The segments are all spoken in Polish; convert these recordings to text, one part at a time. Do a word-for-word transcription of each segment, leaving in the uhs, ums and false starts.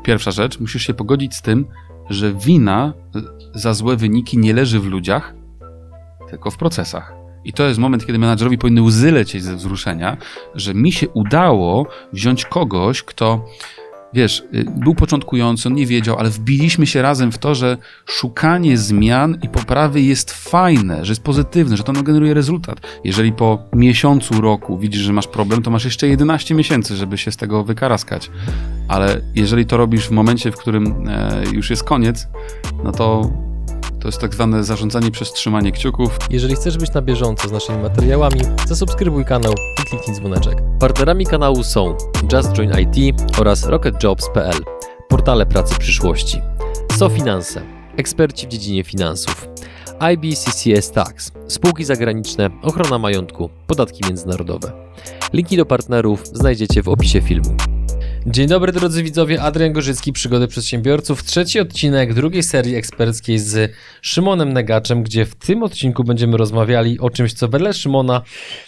pierwsza rzecz, musisz się pogodzić z tym, że wina za złe wyniki nie leży w ludziach, tylko w procesach. I to jest moment, kiedy menadżerowi powinny łzy lecieć ze wzruszenia, że mi się udało wziąć kogoś, kto, wiesz, był początkujący, on nie wiedział, ale wbiliśmy się razem w to, że szukanie zmian i poprawy jest fajne, że jest pozytywne, że to generuje rezultat. Jeżeli po miesiącu, roku widzisz, że masz problem, to masz jeszcze jedenaście miesięcy, żeby się z tego wykaraskać. Ale jeżeli to robisz w momencie, w którym e, już jest koniec, no to to jest tak zwane zarządzanie przez trzymanie kciuków. Jeżeli chcesz być na bieżąco z naszymi materiałami, zasubskrybuj kanał i kliknij dzwoneczek. Partnerami kanału są Just Join I T oraz rocket jobs kropka p l, portale pracy przyszłości. SoFinanse, eksperci w dziedzinie finansów. I B C C S Tax, spółki zagraniczne, ochrona majątku, podatki międzynarodowe. Linki do partnerów znajdziecie w opisie filmu. Dzień dobry drodzy widzowie, Adrian Gorzycki, Przygody Przedsiębiorców, trzeci odcinek drugiej serii eksperckiej z Szymonem Negaczem, gdzie w tym odcinku będziemy rozmawiali o czymś, co wedle Szymona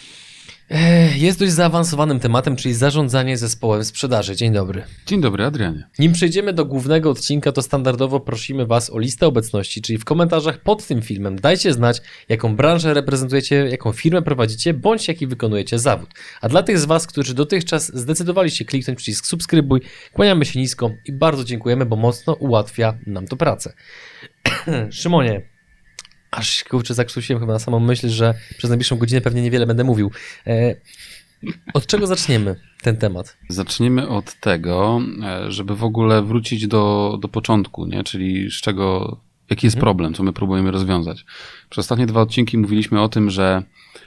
jest dość zaawansowanym tematem, czyli zarządzanie zespołem sprzedaży. Dzień dobry. Dzień dobry, Adrianie. Nim przejdziemy do głównego odcinka, to standardowo prosimy Was o listę obecności, czyli w komentarzach pod tym filmem dajcie znać, jaką branżę reprezentujecie, jaką firmę prowadzicie, bądź jaki wykonujecie zawód. A dla tych z Was, którzy dotychczas zdecydowali się kliknąć przycisk subskrybuj, kłaniamy się nisko i bardzo dziękujemy, bo mocno ułatwia nam to pracę. Szymonie, aż kurczę, zakrztusiłem chyba na samą myśl, że przez najbliższą godzinę pewnie niewiele będę mówił. E, od czego zaczniemy ten temat? Zaczniemy od tego, żeby w ogóle wrócić do, do początku, nie? Czyli z czego, jaki jest mhm. problem, co my próbujemy rozwiązać. Przez ostatnie dwa odcinki mówiliśmy o tym, że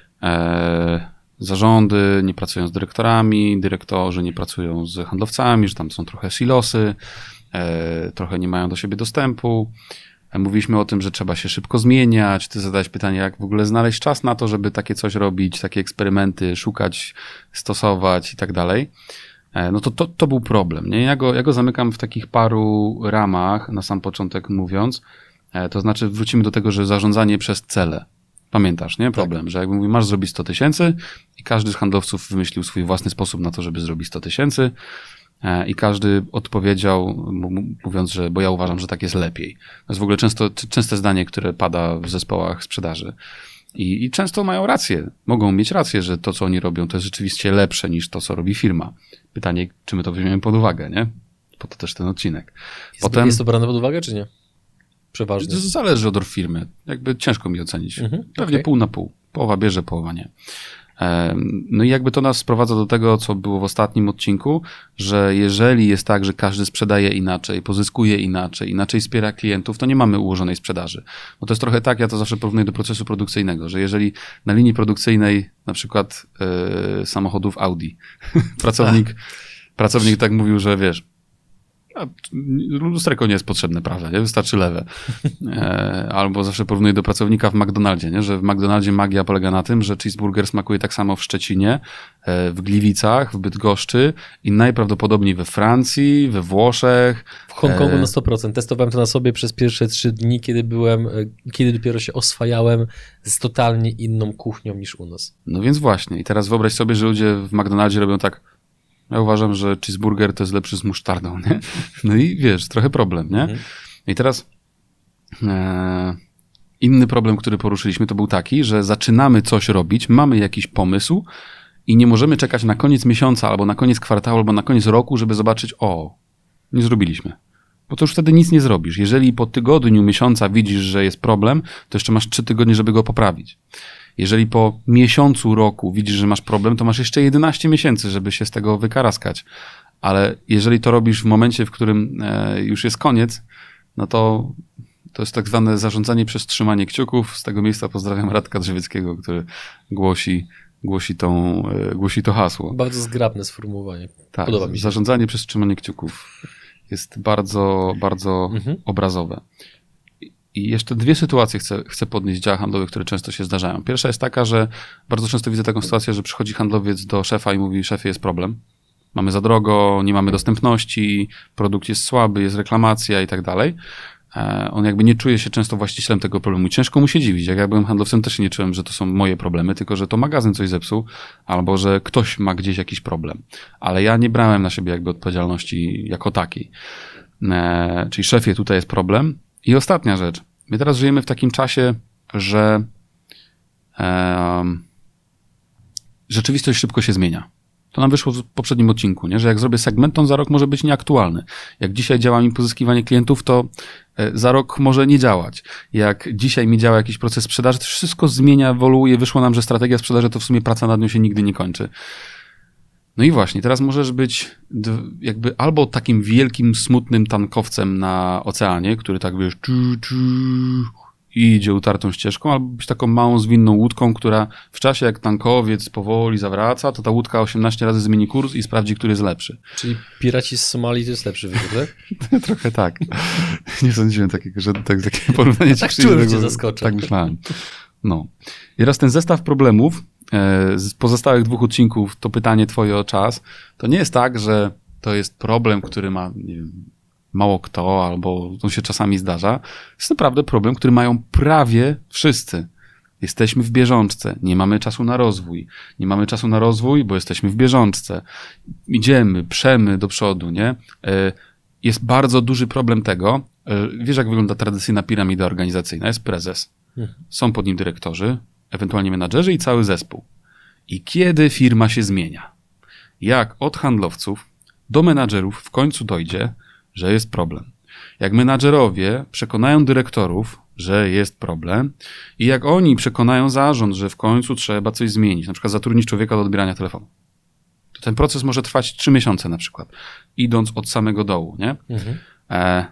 e, zarządy nie pracują z dyrektorami, dyrektorzy nie pracują z handlowcami, że tam są trochę silosy, e, trochę nie mają do siebie dostępu. Mówiliśmy o tym, że trzeba się szybko zmieniać. Ty zadałeś pytanie, jak w ogóle znaleźć czas na to, żeby takie coś robić, takie eksperymenty szukać, stosować i tak dalej. No to, to, to był problem, nie? Ja go, ja go zamykam w takich paru ramach, na sam początek mówiąc. To znaczy wrócimy do tego, że zarządzanie przez cele. Pamiętasz, nie? Problem, tak. Że jakby mówił, masz zrobić sto tysięcy i każdy z handlowców wymyślił swój własny sposób na to, żeby zrobić sto tysięcy. I każdy odpowiedział, mówiąc, że bo ja uważam, że tak jest lepiej. To jest w ogóle często, częste zdanie, które pada w zespołach sprzedaży. I, I często mają rację. Mogą mieć rację, że to, co oni robią, to jest rzeczywiście lepsze niż to, co robi firma. Pytanie, czy my to weźmiemy pod uwagę, nie? Po to też ten odcinek. Jest, Potem, jest to brane pod uwagę, czy nie? Przeważnie. Zależy od firmy. Jakby ciężko mi ocenić. Mhm, Pewnie okay. pół na pół. Połowa bierze, połowa nie. No i jakby to nas sprowadza do tego, co było w ostatnim odcinku, że jeżeli jest tak, że każdy sprzedaje inaczej, pozyskuje inaczej, inaczej wspiera klientów, to nie mamy ułożonej sprzedaży. Bo to jest trochę tak, ja to zawsze porównuję do procesu produkcyjnego, że jeżeli na linii produkcyjnej na przykład yy, samochodów Audi pracownik, pracownik tak mówił, że wiesz, a lusterko nie jest potrzebne, prawda, nie? Wystarczy lewe. E, albo zawsze porównuję do pracownika w McDonaldzie, nie? Że w McDonaldzie magia polega na tym, że cheeseburger smakuje tak samo w Szczecinie, e, w Gliwicach, w Bydgoszczy i najprawdopodobniej we Francji, we Włoszech. W Hongkongu na sto procent. Testowałem to na sobie przez pierwsze trzy dni, kiedy byłem, kiedy dopiero się oswajałem z totalnie inną kuchnią niż u nas. No więc właśnie. I teraz wyobraź sobie, że ludzie w McDonaldzie robią tak. Ja uważam, że cheeseburger to jest lepszy z musztardą, nie? No i wiesz, trochę problem, nie? Mhm. I teraz e, inny problem, który poruszyliśmy, to był taki, że zaczynamy coś robić, mamy jakiś pomysł i nie możemy czekać na koniec miesiąca, albo na koniec kwartału, albo na koniec roku, żeby zobaczyć, o, nie zrobiliśmy. Bo to już wtedy nic nie zrobisz. Jeżeli po tygodniu, miesiąca widzisz, że jest problem, to jeszcze masz trzy tygodnie, żeby go poprawić. Jeżeli po miesiącu, roku widzisz, że masz problem, to masz jeszcze jedenaście miesięcy, żeby się z tego wykaraskać. Ale jeżeli to robisz w momencie, w którym e, już jest koniec, no to to jest tak zwane zarządzanie przez trzymanie kciuków. Z tego miejsca pozdrawiam Radka Drzewieckiego, który głosi, głosi, tą, e, głosi to hasło. Bardzo zgrabne sformułowanie. Tak, podoba mi się. Zarządzanie przez trzymanie kciuków jest bardzo, bardzo mhm. obrazowe. I jeszcze dwie sytuacje chcę, chcę podnieść w działach handlowych, które często się zdarzają. Pierwsza jest taka, że bardzo często widzę taką sytuację, że przychodzi handlowiec do szefa i mówi, szefie, jest problem. Mamy za drogo, nie mamy dostępności, produkt jest słaby, jest reklamacja i tak dalej. On jakby nie czuje się często właścicielem tego problemu. Ciężko mu się dziwić. Jak ja byłem handlowcem, też nie czułem, że to są moje problemy, tylko że to magazyn coś zepsuł, albo że ktoś ma gdzieś jakiś problem. Ale ja nie brałem na siebie jakby odpowiedzialności jako takiej. e, czyli szefie, tutaj jest problem. I ostatnia rzecz. My teraz żyjemy w takim czasie, że e, rzeczywistość szybko się zmienia. To nam wyszło w poprzednim odcinku, nie? Że jak zrobię segment, to on za rok może być nieaktualny. Jak dzisiaj działa mi pozyskiwanie klientów, to za rok może nie działać. Jak dzisiaj mi działa jakiś proces sprzedaży, to wszystko zmienia, ewoluuje. Wyszło nam, że strategia sprzedaży to w sumie praca nad nią się nigdy nie kończy. No i właśnie, teraz możesz być jakby albo takim wielkim, smutnym tankowcem na oceanie, który tak wiesz, czu, czu, i idzie utartą ścieżką, albo być taką małą, zwinną łódką, która w czasie jak tankowiec powoli zawraca, to ta łódka osiemnaście razy zmieni kurs i sprawdzi, który jest lepszy. Czyli piraci z Somalii to jest lepszy wybór, tak? Trochę tak. Nie sądziłem takiego, że tak, takie porównanie ci tak przyjdzie. Tak cię zaskoczę. Tak myślałem. No. I teraz ten zestaw problemów e, z pozostałych dwóch odcinków, to pytanie twoje o czas, to nie jest tak, że to jest problem, który ma, nie wiem, mało kto, albo to się czasami zdarza. Jest naprawdę problem, który mają prawie wszyscy. Jesteśmy w bieżączce, nie mamy czasu na rozwój. Nie mamy czasu na rozwój, bo jesteśmy w bieżączce. Idziemy, przemy do przodu, nie? Jest bardzo duży problem tego, wiesz jak wygląda tradycyjna piramida organizacyjna? Jest prezes, są pod nim dyrektorzy, ewentualnie menadżerzy i cały zespół. I kiedy firma się zmienia? Jak od handlowców do menadżerów w końcu dojdzie, że jest problem. Jak menadżerowie przekonają dyrektorów, że jest problem i jak oni przekonają zarząd, że w końcu trzeba coś zmienić, na przykład zatrudnić człowieka do odbierania telefonu, to ten proces może trwać trzy miesiące na przykład, idąc od samego dołu, nie? Mhm. E,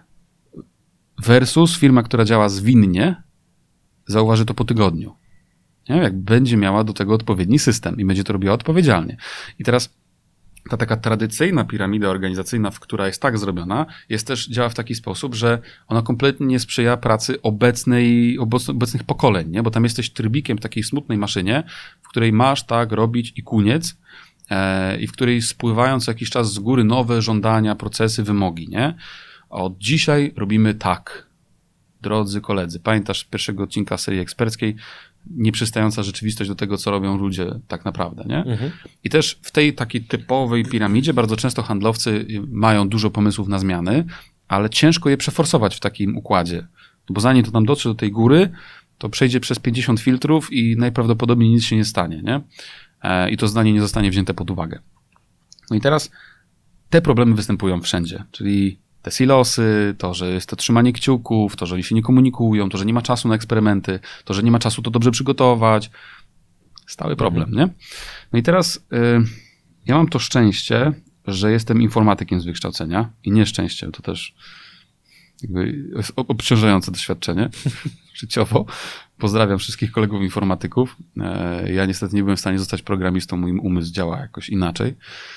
versus firma, która działa zwinnie, zauważy to po tygodniu. Nie? Jak będzie miała do tego odpowiedni system i będzie to robiła odpowiedzialnie. I teraz ta taka tradycyjna piramida organizacyjna, która jest tak zrobiona, jest też, działa w taki sposób, że ona kompletnie nie sprzyja pracy obecnej, obecnych pokoleń, nie? Bo tam jesteś trybikiem w takiej smutnej maszynie, w której masz tak robić i koniec, e, i w której spływają co jakiś czas z góry nowe żądania, procesy, wymogi, nie? A od dzisiaj robimy tak. Drodzy koledzy, pamiętasz pierwszego odcinka serii eksperckiej, nieprzystająca rzeczywistość do tego, co robią ludzie tak naprawdę, nie? Mhm. I też w tej takiej typowej piramidzie bardzo często handlowcy mają dużo pomysłów na zmiany, ale ciężko je przeforsować w takim układzie. Bo zanim to tam dotrze do tej góry, to przejdzie przez pięćdziesiąt filtrów i najprawdopodobniej nic się nie stanie, nie? I to zdanie nie zostanie wzięte pod uwagę. No i teraz te problemy występują wszędzie, czyli te silosy, to, że jest to trzymanie kciuków, to, że oni się nie komunikują, to, że nie ma czasu na eksperymenty, to, że nie ma czasu to dobrze przygotować. Stały problem, nie? No i teraz y, ja mam to szczęście, że jestem informatykiem z wykształcenia i nieszczęście, to też jakby jest obciążające doświadczenie życiowo. Pozdrawiam wszystkich kolegów informatyków. E, ja niestety nie byłem w stanie zostać programistą, mój umysł działa jakoś inaczej.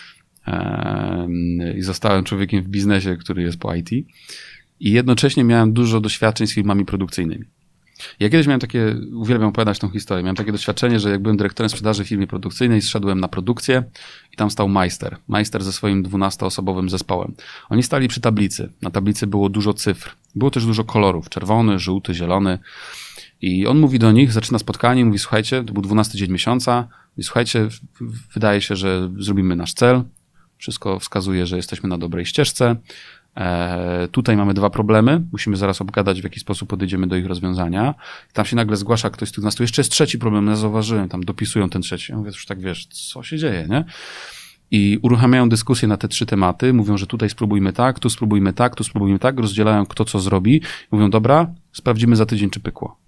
I zostałem człowiekiem w biznesie, który jest po I T i jednocześnie miałem dużo doświadczeń z firmami produkcyjnymi. Ja kiedyś miałem takie, uwielbiam opowiadać tą historię, miałem takie doświadczenie, że jak byłem dyrektorem sprzedaży w firmie produkcyjnej, zszedłem na produkcję i tam stał majster, majster ze swoim dwunastoosobowym zespołem. Oni stali przy tablicy, na tablicy było dużo cyfr, było też dużo kolorów, czerwony, żółty, zielony i on mówi do nich, zaczyna spotkanie, mówi słuchajcie, to był dwunasty dzień miesiąca, mówi słuchajcie, wydaje się, że zrobimy nasz cel, wszystko wskazuje, że jesteśmy na dobrej ścieżce. E, tutaj mamy dwa problemy. Musimy zaraz obgadać, w jaki sposób podejdziemy do ich rozwiązania. Tam się nagle zgłasza ktoś z nas. Tu jeszcze jest trzeci problem. Ja zauważyłem, tam dopisują ten trzeci. Ja mówię, już tak wiesz, co się dzieje, nie? I uruchamiają dyskusję na te trzy tematy. Mówią, że tutaj spróbujmy tak, tu spróbujmy tak, tu spróbujmy tak. Rozdzielają kto co zrobi. Mówią, dobra, sprawdzimy za tydzień, czy pykło.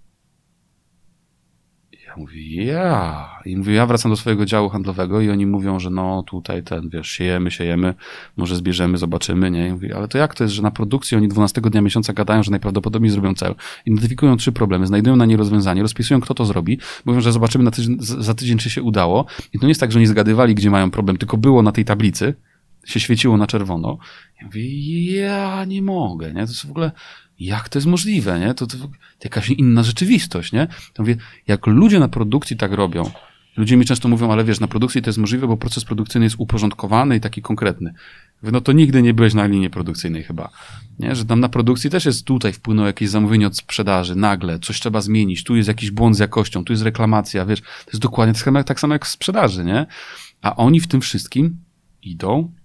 Ja mówię, ja. I mówię, ja wracam do swojego działu handlowego i oni mówią, że no tutaj ten, wiesz, siejemy, siejemy, może zbierzemy, zobaczymy, nie? I mówię, ale to jak to jest, że na produkcji oni dwunastego dnia miesiąca gadają, że najprawdopodobniej zrobią cel. Identyfikują trzy problemy, znajdują na nie rozwiązanie, rozpisują, kto to zrobi, mówią, że zobaczymy na tydzień, za tydzień, czy się udało. I to nie jest tak, że oni zgadywali, gdzie mają problem, tylko było na tej tablicy, się świeciło na czerwono. Ja mówię, ja nie mogę, nie? To jest w ogóle... Jak to jest możliwe, nie? To, to, to jakaś inna rzeczywistość, nie? To mówię, jak ludzie na produkcji tak robią, ludzie mi często mówią, ale wiesz, na produkcji to jest możliwe, bo proces produkcyjny jest uporządkowany i taki konkretny. Mówię, no to nigdy nie byłeś na linii produkcyjnej chyba, nie? Że tam na produkcji też jest tutaj wpłynęło jakieś zamówienie od sprzedaży, nagle, coś trzeba zmienić, tu jest jakiś błąd z jakością, tu jest reklamacja, wiesz, to jest dokładnie tak samo, tak samo jak w sprzedaży, nie? A oni w tym wszystkim idą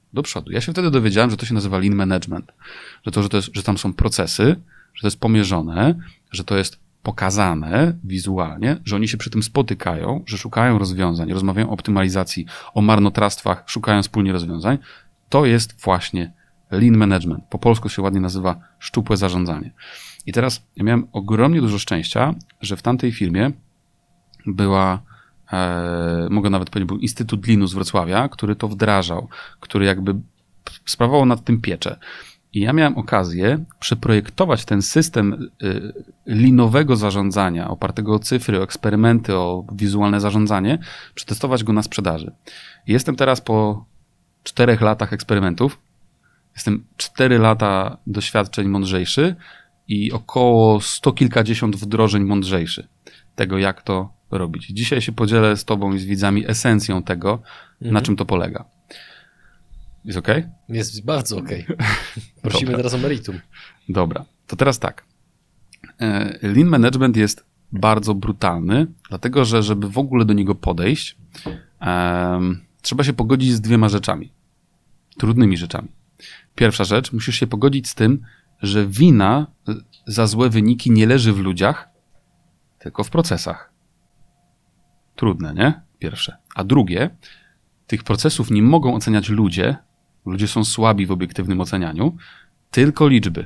do przodu. Ja się wtedy dowiedziałem, że to się nazywa lean management, że to, że, to jest, że tam są procesy, że to jest pomierzone, że to jest pokazane wizualnie, że oni się przy tym spotykają, że szukają rozwiązań, rozmawiają o optymalizacji, o marnotrawstwach, szukają wspólnie rozwiązań. To jest właśnie lean management. Po polsku się ładnie nazywa szczupłe zarządzanie. I teraz ja miałem ogromnie dużo szczęścia, że w tamtej firmie była, e, mogę nawet powiedzieć, był Instytut Leanu z Wrocławia, który to wdrażał, który jakby sprawował nad tym pieczę. I ja miałem okazję przeprojektować ten system y, leanowego zarządzania, opartego o cyfry, o eksperymenty, o wizualne zarządzanie, przetestować go na sprzedaży. Jestem teraz po czterech latach eksperymentów, jestem cztery lata doświadczeń mądrzejszy i około sto kilkadziesiąt wdrożeń mądrzejszy tego, jak to robić. Dzisiaj się podzielę z tobą i z widzami esencją tego, mhm. na czym to polega. Jest okej? Okay? Jest bardzo okej. Okay. Prosimy Dobra. Teraz o meritum. Dobra, to teraz tak. Lean management jest bardzo brutalny, dlatego że żeby w ogóle do niego podejść, um, trzeba się pogodzić z dwiema rzeczami. Trudnymi rzeczami. Pierwsza rzecz, musisz się pogodzić z tym, że wina za złe wyniki nie leży w ludziach, tylko w procesach. Trudne, nie? Pierwsze. A drugie, tych procesów nie mogą oceniać ludzie, ludzie są słabi w obiektywnym ocenianiu, tylko liczby.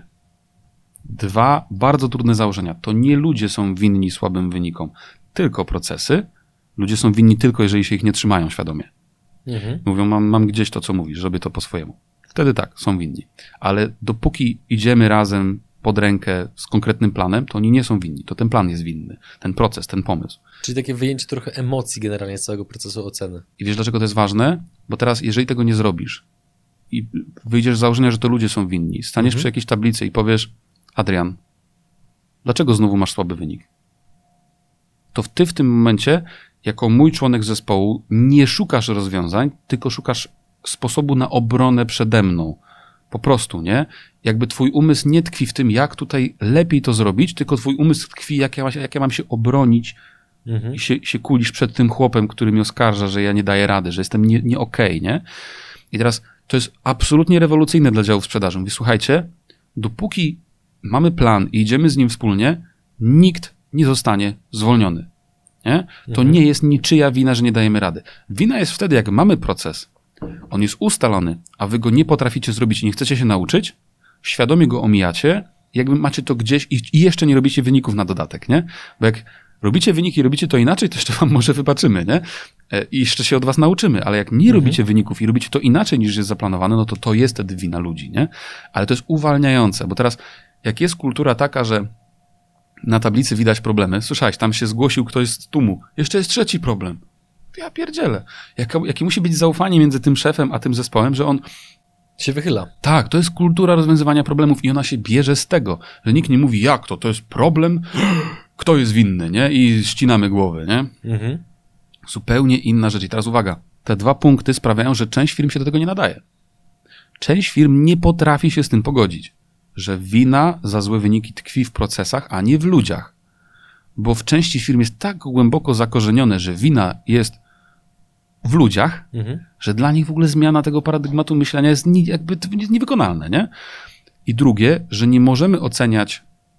Dwa bardzo trudne założenia. To nie ludzie są winni słabym wynikom, tylko procesy. Ludzie są winni tylko, jeżeli się ich nie trzymają świadomie. Mhm. Mówią, mam, mam gdzieś to, co mówisz, robię to po swojemu. Wtedy tak, są winni. Ale dopóki idziemy razem pod rękę z konkretnym planem, to oni nie są winni. To ten plan jest winny. Ten proces, ten pomysł. Czyli takie wyjęcie trochę emocji generalnie z całego procesu oceny. I wiesz, dlaczego to jest ważne? Bo teraz, jeżeli tego nie zrobisz i wyjdziesz z założenia, że to ludzie są winni, staniesz mhm. przy jakiejś tablicy i powiesz, Adrian, dlaczego znowu masz słaby wynik? To ty w tym momencie, jako mój członek zespołu, nie szukasz rozwiązań, tylko szukasz sposobu na obronę przede mną. Po prostu, nie? Jakby twój umysł nie tkwi w tym, jak tutaj lepiej to zrobić, tylko twój umysł tkwi, jak ja, jak ja mam się obronić mhm. i się, się kulisz przed tym chłopem, który mnie oskarża, że ja nie daję rady, że jestem nie, nie okej, nie? I teraz to jest absolutnie rewolucyjne dla działów sprzedaży. Mówię, słuchajcie, dopóki mamy plan i idziemy z nim wspólnie, nikt nie zostanie zwolniony. Nie? To mhm. nie jest niczyja wina, że nie dajemy rady. Wina jest wtedy, jak mamy proces, on jest ustalony, a wy go nie potraficie zrobić i nie chcecie się nauczyć, świadomie go omijacie, jakby macie to gdzieś i, i jeszcze nie robicie wyników na dodatek, nie? Bo jak robicie wyniki i robicie to inaczej, to jeszcze wam może wybaczymy, nie? I jeszcze się od was nauczymy, ale jak nie mhm. robicie wyników i robicie to inaczej niż jest zaplanowane, no to to jest wtedy wina ludzi, nie? Ale to jest uwalniające, bo teraz jak jest kultura taka, że na tablicy widać problemy, słyszałeś, tam się zgłosił ktoś z tłumu, jeszcze jest trzeci problem. Ja pierdzielę. Jaka, jakie musi być zaufanie między tym szefem a tym zespołem, że on się wychyla. Tak, to jest kultura rozwiązywania problemów i ona się bierze z tego, że nikt nie mówi, jak to, to jest problem, kto jest winny, nie? I ścinamy głowy, nie? Mhm. Zupełnie inna rzecz. I teraz uwaga, te dwa punkty sprawiają, że część firm się do tego nie nadaje. Część firm nie potrafi się z tym pogodzić, że wina za złe wyniki tkwi w procesach, a nie w ludziach. Bo w części firm jest tak głęboko zakorzenione, że wina jest w ludziach, mhm. że dla nich w ogóle zmiana tego paradygmatu myślenia jest nie, jakby niewykonalne, nie? I drugie, że nie możemy oceniać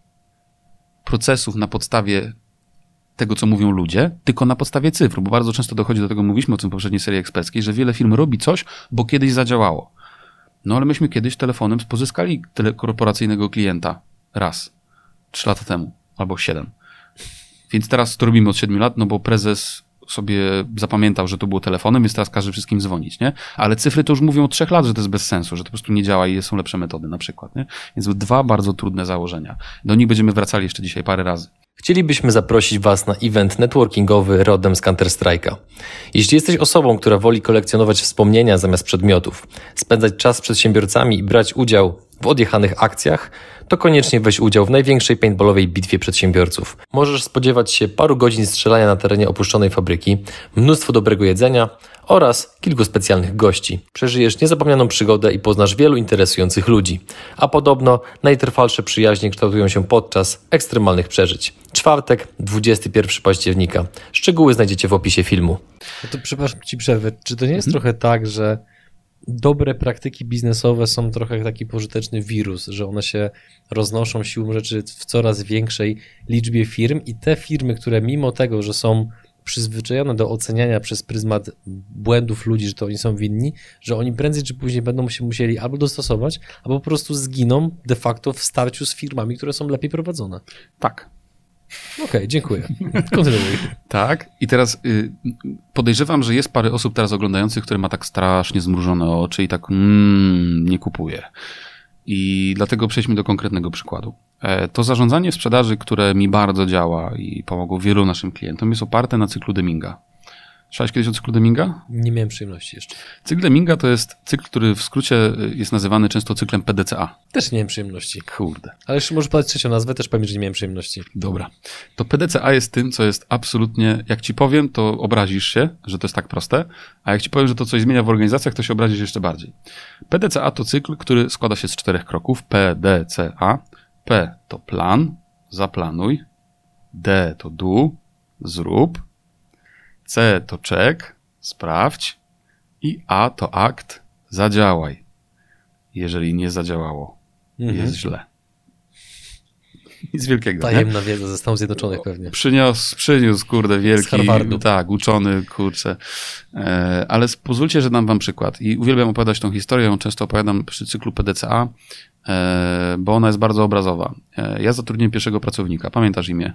procesów na podstawie tego, co mówią ludzie, tylko na podstawie cyfr, bo bardzo często dochodzi do tego, mówiliśmy o tym w poprzedniej serii eksperckiej, że wiele firm robi coś, bo kiedyś zadziałało. No ale myśmy kiedyś telefonem pozyskali telekorporacyjnego klienta raz, trzy lata temu, albo siedem. Więc teraz to robimy od siedmiu lat, no bo prezes sobie zapamiętał, że to było telefonem, więc teraz każe wszystkim dzwonić, nie? Ale cyfry to już mówią od trzech lat, że to jest bez sensu, że to po prostu nie działa i są lepsze metody na przykład, nie? Więc dwa bardzo trudne założenia. Do nich będziemy wracali jeszcze dzisiaj parę razy. Chcielibyśmy zaprosić Was na event networkingowy rodem z Counter-Strike'a. Jeśli jesteś osobą, która woli kolekcjonować wspomnienia zamiast przedmiotów, spędzać czas z przedsiębiorcami i brać udział w odjechanych akcjach, to koniecznie weź udział w największej paintballowej bitwie przedsiębiorców. Możesz spodziewać się paru godzin strzelania na terenie opuszczonej fabryki, mnóstwo dobrego jedzenia oraz kilku specjalnych gości. Przeżyjesz niezapomnianą przygodę i poznasz wielu interesujących ludzi. A podobno najtrwalsze przyjaźnie kształtują się podczas ekstremalnych przeżyć. Czwartek, dwudziestego pierwszego października. Szczegóły znajdziecie w opisie filmu. No to przepraszam Ci przerwę. Czy to nie jest hmm? trochę tak, że dobre praktyki biznesowe są trochę jak taki pożyteczny wirus, że one się roznoszą siłą rzeczy w coraz większej liczbie firm i te firmy, które mimo tego, że są przyzwyczajone do oceniania przez pryzmat błędów ludzi, że to oni są winni, że oni prędzej czy później będą się musieli albo dostosować, albo po prostu zginą de facto w starciu z firmami, które są lepiej prowadzone. Tak. Okej, okay, dziękuję. Kontynuuj. Tak. I teraz y, podejrzewam, że jest parę osób teraz oglądających, które ma tak strasznie zmrużone oczy i tak mm, nie kupuje. I dlatego przejdźmy do konkretnego przykładu. E, to zarządzanie sprzedaży, które mi bardzo działa i pomogło wielu naszym klientom, jest oparte na cyklu Deminga. Słyszałeś kiedyś o cyklu Deminga? Nie miałem przyjemności jeszcze. Cykl Deminga to jest cykl, który w skrócie jest nazywany często cyklem P D C A. Też nie miałem przyjemności. Kurde. Ale jeszcze możesz podać trzecią nazwę, też powiem, że nie miałem przyjemności. Dobra. To P D C A jest tym, co jest absolutnie, jak ci powiem, to obrazisz się, że to jest tak proste, a jak ci powiem, że to coś zmienia w organizacjach, to się obrazisz jeszcze bardziej. P D C A to cykl, który składa się z czterech kroków. P D C A. P to plan, zaplanuj. D to do, zrób. C to check, sprawdź. I A to akt, zadziałaj. Jeżeli nie zadziałało, mhm. jest źle. Nic wielkiego. Tajemna nie? wiedza ze Stanów Zjednoczonych pewnie. Przyniósł, przyniósł, kurde, wielki. Z Harvardu. Tak, uczony, kurczę. E, ale pozwólcie, że dam wam przykład. I uwielbiam opowiadać tą historię, ją często opowiadam przy cyklu P D C A, e, bo ona jest bardzo obrazowa. E, ja zatrudniłem pierwszego pracownika. Pamiętasz imię?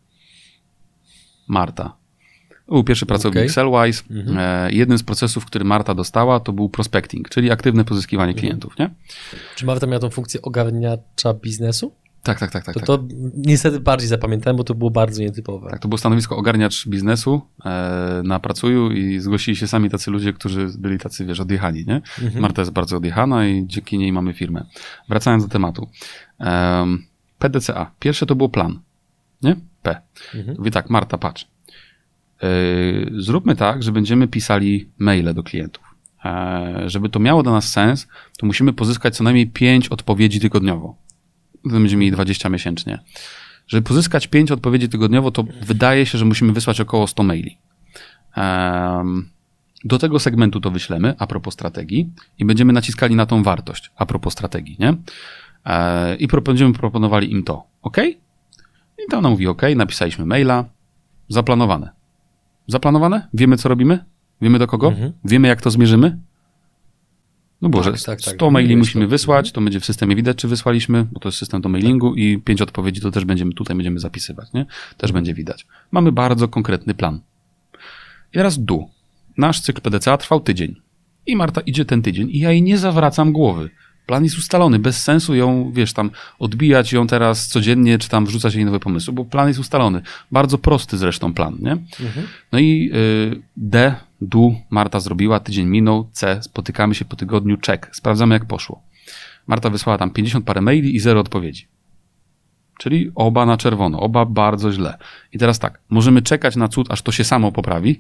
Marta. Był pierwszy pracownik okay. Sellwise. Mhm. E, jednym z procesów, który Marta dostała, to był prospecting, czyli aktywne pozyskiwanie mhm. klientów, nie? Czy Marta miała tą funkcję ogarniacza biznesu? Tak, tak, tak. tak to, tak. to niestety bardziej zapamiętałem, bo to było bardzo nietypowe. Tak, to było stanowisko ogarniacz biznesu e, na Pracuju i zgłosili się sami tacy ludzie, którzy byli tacy, wiesz, odjechani, nie? Mhm. Marta jest bardzo odjechana i dzięki niej mamy firmę. Wracając do tematu. E, P D C A. Pierwsze to był plan, nie? P. Mhm. Mówię tak, Marta, patrz. E, zróbmy tak, że będziemy pisali maile do klientów. E, żeby to miało dla nas sens, to musimy pozyskać co najmniej pięć odpowiedzi tygodniowo. Będziemy mieli dwadzieścia miesięcznie. Żeby pozyskać pięć odpowiedzi tygodniowo, to wydaje się, że musimy wysłać około sto maili. Um, do tego segmentu to wyślemy, a propos strategii, i będziemy naciskali na tą wartość, a propos strategii, nie? E, I pro, będziemy proponowali im to. OK? I to ona mówi OK, napisaliśmy maila, zaplanowane. Zaplanowane? Wiemy, co robimy? Wiemy do kogo? Mhm. Wiemy, jak to zmierzymy? No bo, tak, że tak, tak. sto maili musimy to. wysłać, to będzie w systemie widać, czy wysłaliśmy, bo to jest system do mailingu i pięć odpowiedzi to też będziemy, tutaj będziemy zapisywać, nie? Też będzie widać. Mamy bardzo konkretny plan. I teraz do. Nasz cykl P D C A trwał tydzień. I Marta idzie ten tydzień i ja jej nie zawracam głowy. Plan jest ustalony, bez sensu ją, wiesz, tam odbijać ją teraz codziennie, czy tam wrzucać jej nowe pomysły, bo plan jest ustalony. Bardzo prosty zresztą plan, nie? Mhm. No i y, D, do, Marta zrobiła, tydzień minął, C, spotykamy się po tygodniu, check, sprawdzamy jak poszło. Marta wysłała tam pięćdziesiąt parę maili i zero odpowiedzi. Czyli oba na czerwono, oba bardzo źle. I teraz tak, możemy czekać na cud, aż to się samo poprawi.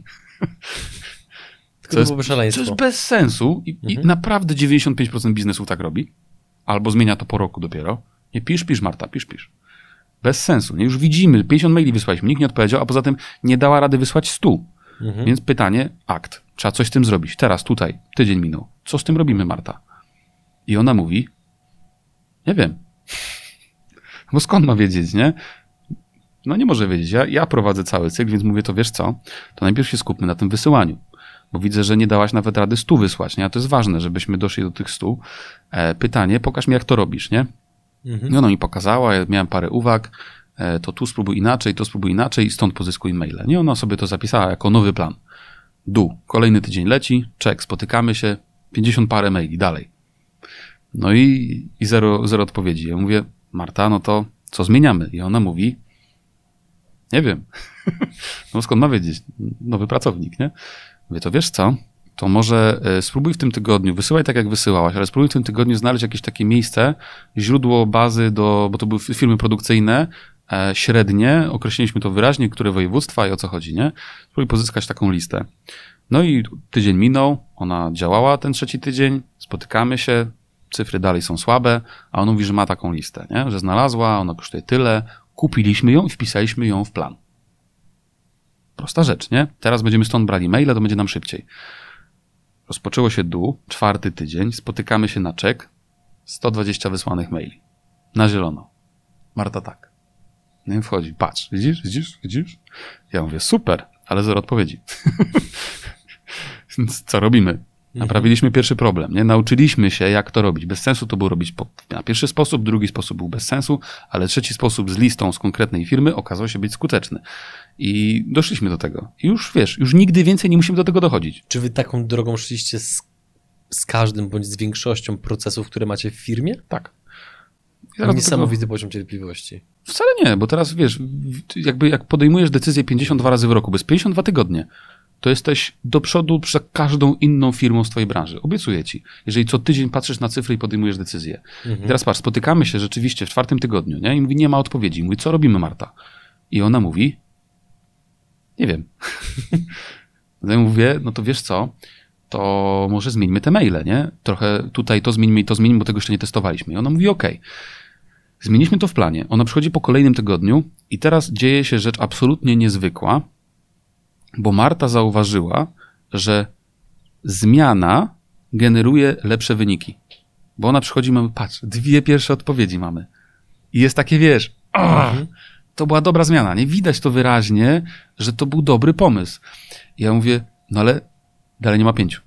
Co jest, co jest bez sensu i, mhm. i naprawdę dziewięćdziesiąt pięć procent biznesów tak robi. Albo zmienia to po roku dopiero. Nie, pisz, pisz Marta, pisz, pisz. Bez sensu. Nie? Już widzimy, pięćdziesiąt maili wysłaliśmy, nikt nie odpowiedział, a poza tym nie dała rady wysłać stu. Mhm. Więc pytanie, akt. Trzeba coś z tym zrobić. Teraz, tutaj, tydzień minął. Co z tym robimy, Marta? I ona mówi, nie wiem. Bo skąd ma wiedzieć, nie? No nie może wiedzieć. Ja, ja prowadzę cały cykl, więc mówię, to wiesz co? To najpierw się skupmy na tym wysyłaniu. Bo widzę, że nie dałaś nawet rady stu wysłać, nie? A to jest ważne, żebyśmy doszli do tych stu. E, pytanie, pokaż mi, jak to robisz, nie? Mhm. I ona mi pokazała, ja miałem parę uwag, e, to tu spróbuj inaczej, to spróbuj inaczej i stąd pozyskuj maile. Nie? Ona sobie to zapisała jako nowy plan. Do. Kolejny tydzień leci, check, spotykamy się, pięćdziesiąt parę maili, dalej. No i, i zero, zero odpowiedzi. Ja mówię, Marta, no to co zmieniamy? I ona mówi, nie wiem. No skąd ma wiedzieć? Nowy pracownik, nie? Mówię, to wiesz co? To może y, spróbuj w tym tygodniu, wysyłaj tak jak wysyłałaś, ale spróbuj w tym tygodniu znaleźć jakieś takie miejsce, źródło bazy do, bo to były firmy produkcyjne, e, średnie, określiliśmy to wyraźnie, które województwa i o co chodzi, nie? Spróbuj pozyskać taką listę. No i tydzień minął, ona działała ten trzeci tydzień, spotykamy się, cyfry dalej są słabe, a on mówi, że ma taką listę, nie? Że znalazła, ona kosztuje tyle, kupiliśmy ją i wpisaliśmy ją w plan. Prosta rzecz, nie? Teraz będziemy stąd brali maile, to będzie nam szybciej. Rozpoczęło się dół, czwarty tydzień, spotykamy się na czek, sto dwadzieścia wysłanych maili. Na zielono. Marta tak. No i wchodzi, patrz, widzisz, widzisz, widzisz? Ja mówię, super, ale zero odpowiedzi. Więc co robimy? Naprawiliśmy pierwszy problem, nie? Nauczyliśmy się, jak to robić. Bez sensu to było robić po, na pierwszy sposób, drugi sposób był bez sensu, ale trzeci sposób z listą z konkretnej firmy okazał się być skuteczny. I doszliśmy do tego. I już wiesz, już nigdy więcej nie musimy do tego dochodzić. Czy wy taką drogą szliście z, z każdym bądź z większością procesów, które macie w firmie? Tak. Niesamowity tego... poziom cierpliwości. Wcale nie, bo teraz wiesz, jakby jak podejmujesz decyzję pięćdziesiąt dwa razy w roku, bez pięćdziesiąt dwa tygodnie, to jesteś do przodu przed każdą inną firmą z twojej branży. Obiecuję ci. Jeżeli co tydzień patrzysz na cyfry i podejmujesz decyzję. Mhm. I teraz patrz, spotykamy się rzeczywiście w czwartym tygodniu, nie? I mówi, nie ma odpowiedzi. Mówi, co robimy, Marta? I ona mówi, nie wiem. No ja mówię, no to wiesz co, to może zmieńmy te maile, nie? Trochę tutaj to zmieńmy i to zmieńmy, bo tego jeszcze nie testowaliśmy. I ona mówi, okej. Okay. Zmieniliśmy to w planie. Ona przychodzi po kolejnym tygodniu i teraz dzieje się rzecz absolutnie niezwykła, bo Marta zauważyła, że zmiana generuje lepsze wyniki. Bo ona przychodzi i mamy, patrz, dwie pierwsze odpowiedzi mamy. I jest takie, wiesz, oh, to była dobra zmiana, nie? Widać to wyraźnie, że to był dobry pomysł. I ja mówię, no ale dalej nie ma pięciu.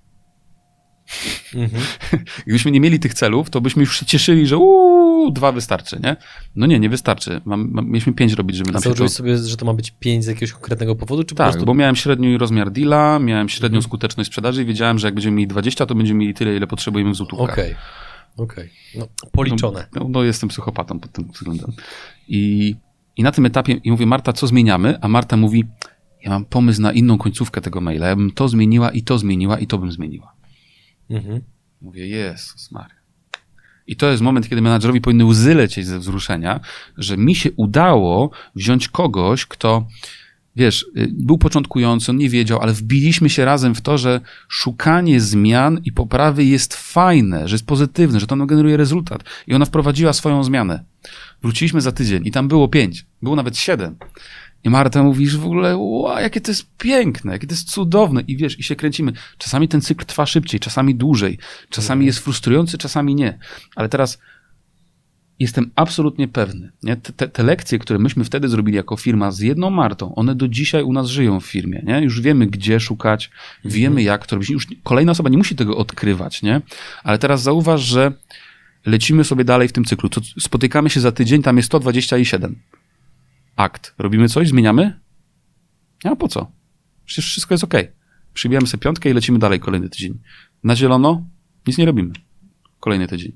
Mhm. Gdybyśmy nie mieli tych celów, to byśmy już się cieszyli, że uuu, dwa wystarczy, nie? No nie, nie wystarczy. Mam, mam, mieliśmy pięć robić, żeby nam się to... Założyłeś sobie, że to ma być pięć z jakiegoś konkretnego powodu, czy tak, po prostu... bo miałem średni rozmiar deala, miałem średnią mhm. skuteczność sprzedaży i wiedziałem, że jak będziemy mieli dwadzieścia, to będziemy mieli tyle, ile potrzebujemy w złotówkach. Okej, okay. okej. Okay. No, policzone. No, no jestem psychopatą pod tym względem. I, I na tym etapie, i mówię, Marta, co zmieniamy? A Marta mówi, ja mam pomysł na inną końcówkę tego maila, ja bym to zmieniła i to zmieniła i to bym zmieniła. Mhm. Mówię, Jezus Maria. I to jest moment, kiedy menadżerowi powinny łzy lecieć ze wzruszenia, że mi się udało wziąć kogoś, kto, wiesz, był początkujący, on nie wiedział, ale wbiliśmy się razem w to, że szukanie zmian i poprawy jest fajne, że jest pozytywne, że to nam generuje rezultat. I ona wprowadziła swoją zmianę. Wróciliśmy za tydzień i tam było pięć, było nawet siedem. I Marta mówi, że w ogóle, wow, jakie to jest piękne, jakie to jest cudowne. I wiesz, i się kręcimy. Czasami ten cykl trwa szybciej, czasami dłużej. Czasami jest frustrujący, czasami nie. Ale teraz jestem absolutnie pewny, nie? Te, te lekcje, które myśmy wtedy zrobili jako firma z jedną Martą, one do dzisiaj u nas żyją w firmie, nie? Już wiemy, gdzie szukać, wiemy, jak to robić. Już kolejna osoba nie musi tego odkrywać, nie? Ale teraz zauważ, że lecimy sobie dalej w tym cyklu. To spotykamy się za tydzień, tam jest sto dwadzieścia siedem. Akt. Robimy coś? Zmieniamy? A po co? Przecież wszystko jest okej. Okay. Przybijamy sobie piątkę i lecimy dalej kolejny tydzień. Na zielono? Nic nie robimy. Kolejny tydzień.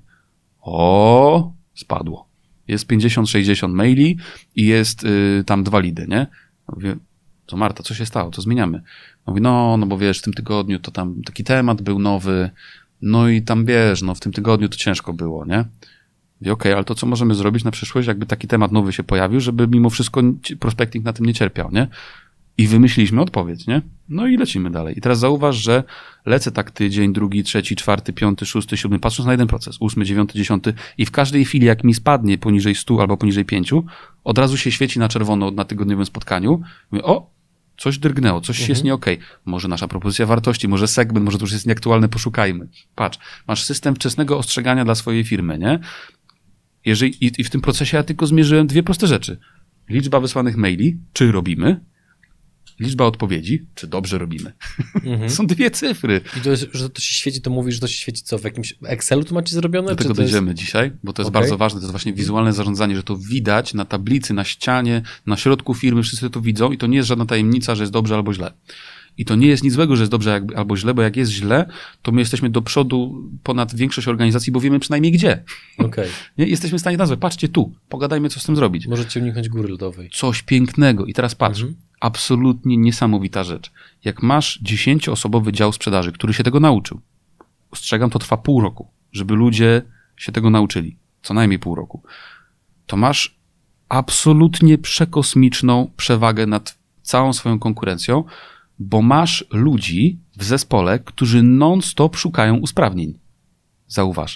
O, spadło. Jest pięćdziesiąt sześćdziesiąt maili i jest yy, tam dwa lidy, nie? Mówię, co Marta, co się stało? Co zmieniamy? Mówi, no, no bo wiesz, w tym tygodniu to tam taki temat był nowy, no i tam wiesz, no w tym tygodniu to ciężko było, nie? Okej, okay, ale to co możemy zrobić na przyszłość, jakby taki temat nowy się pojawił, żeby mimo wszystko prospecting na tym nie cierpiał, nie? I wymyśliliśmy odpowiedź, nie? No i lecimy dalej. I teraz zauważ, że lecę tak tydzień, drugi, trzeci, czwarty, piąty, szósty, siódmy, patrząc na jeden proces, ósmy, dziewiąty, dziesiąty i w każdej chwili, jak mi spadnie poniżej stu albo poniżej pięciu, od razu się świeci na czerwono na tygodniowym spotkaniu. Mówię, o, coś drgnęło, coś mhm. jest nie okej. Okay. Może nasza propozycja wartości, może segment, może to już jest nieaktualne, poszukajmy. Patrz, masz system wczesnego ostrzegania dla swojej firmy, nie? Jeżeli, i, I w tym procesie ja tylko zmierzyłem dwie proste rzeczy. Liczba wysłanych maili, czy robimy, liczba odpowiedzi, czy dobrze robimy. Mhm. Są dwie cyfry. I to jest, że to się świeci, to mówisz, że to się świeci co, w jakimś Excelu to macie zrobione? Do tego dojdziemy jest... dzisiaj, bo to jest okay. bardzo ważne, to jest właśnie wizualne zarządzanie, że to widać na tablicy, na ścianie, na środku firmy, wszyscy to widzą i to nie jest żadna tajemnica, że jest dobrze albo źle. I to nie jest nic złego, że jest dobrze albo źle, bo jak jest źle, to my jesteśmy do przodu ponad większość organizacji, bo wiemy przynajmniej gdzie. Okay. Nie? Jesteśmy w stanie nazwać, patrzcie tu, pogadajmy, co z tym zrobić. Możecie uniknąć góry lodowej. Coś pięknego. I teraz patrz, mhm. absolutnie niesamowita rzecz. Jak masz dziesięcioosobowy dział sprzedaży, który się tego nauczył, ostrzegam, to trwa pół roku, żeby ludzie się tego nauczyli. Co najmniej pół roku. To masz absolutnie przekosmiczną przewagę nad całą swoją konkurencją, bo masz ludzi w zespole, którzy non-stop szukają usprawnień. Zauważ.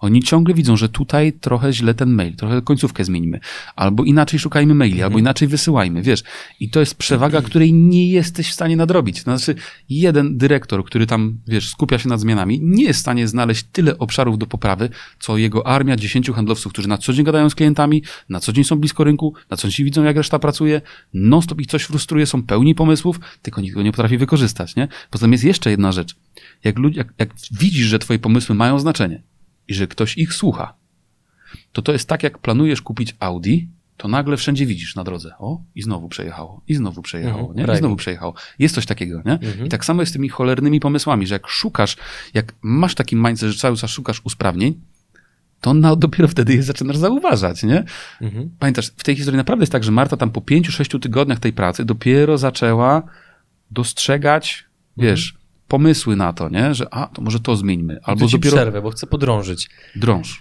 Oni ciągle widzą, że tutaj trochę źle ten mail, trochę końcówkę zmienimy. Albo inaczej szukajmy maili, mhm. albo inaczej wysyłajmy, wiesz. I to jest przewaga, której nie jesteś w stanie nadrobić. To znaczy, jeden dyrektor, który tam, wiesz, skupia się nad zmianami, nie jest w stanie znaleźć tyle obszarów do poprawy, co jego armia dziesięciu handlowców, którzy na co dzień gadają z klientami, na co dzień są blisko rynku, na co dzień widzą, jak reszta pracuje, non-stop ich coś frustruje, są pełni pomysłów, tylko nikt go nie potrafi wykorzystać, nie? Poza tym jest jeszcze jedna rzecz. Jak, ludzi, jak, jak widzisz, że twoje pomysły mają znaczenie i że ktoś ich słucha, to to jest tak, jak planujesz kupić Audi, to nagle wszędzie widzisz na drodze. O, i znowu przejechało, i znowu przejechało, mhm, nie? I znowu przejechało. Jest coś takiego, nie? Mhm. I tak samo jest z tymi cholernymi pomysłami, że jak szukasz, jak masz taki mindset, że cały czas szukasz usprawnień, to no, dopiero wtedy je zaczynasz zauważać, nie? Mhm. Pamiętasz, w tej historii naprawdę jest tak, że Marta tam po pięciu, sześciu tygodniach tej pracy dopiero zaczęła dostrzegać, wiesz, mhm. pomysły na to, nie? Że a, to może to zmieńmy. Albo ci dopiero... przerwę, bo chcę podrążyć. Drąż.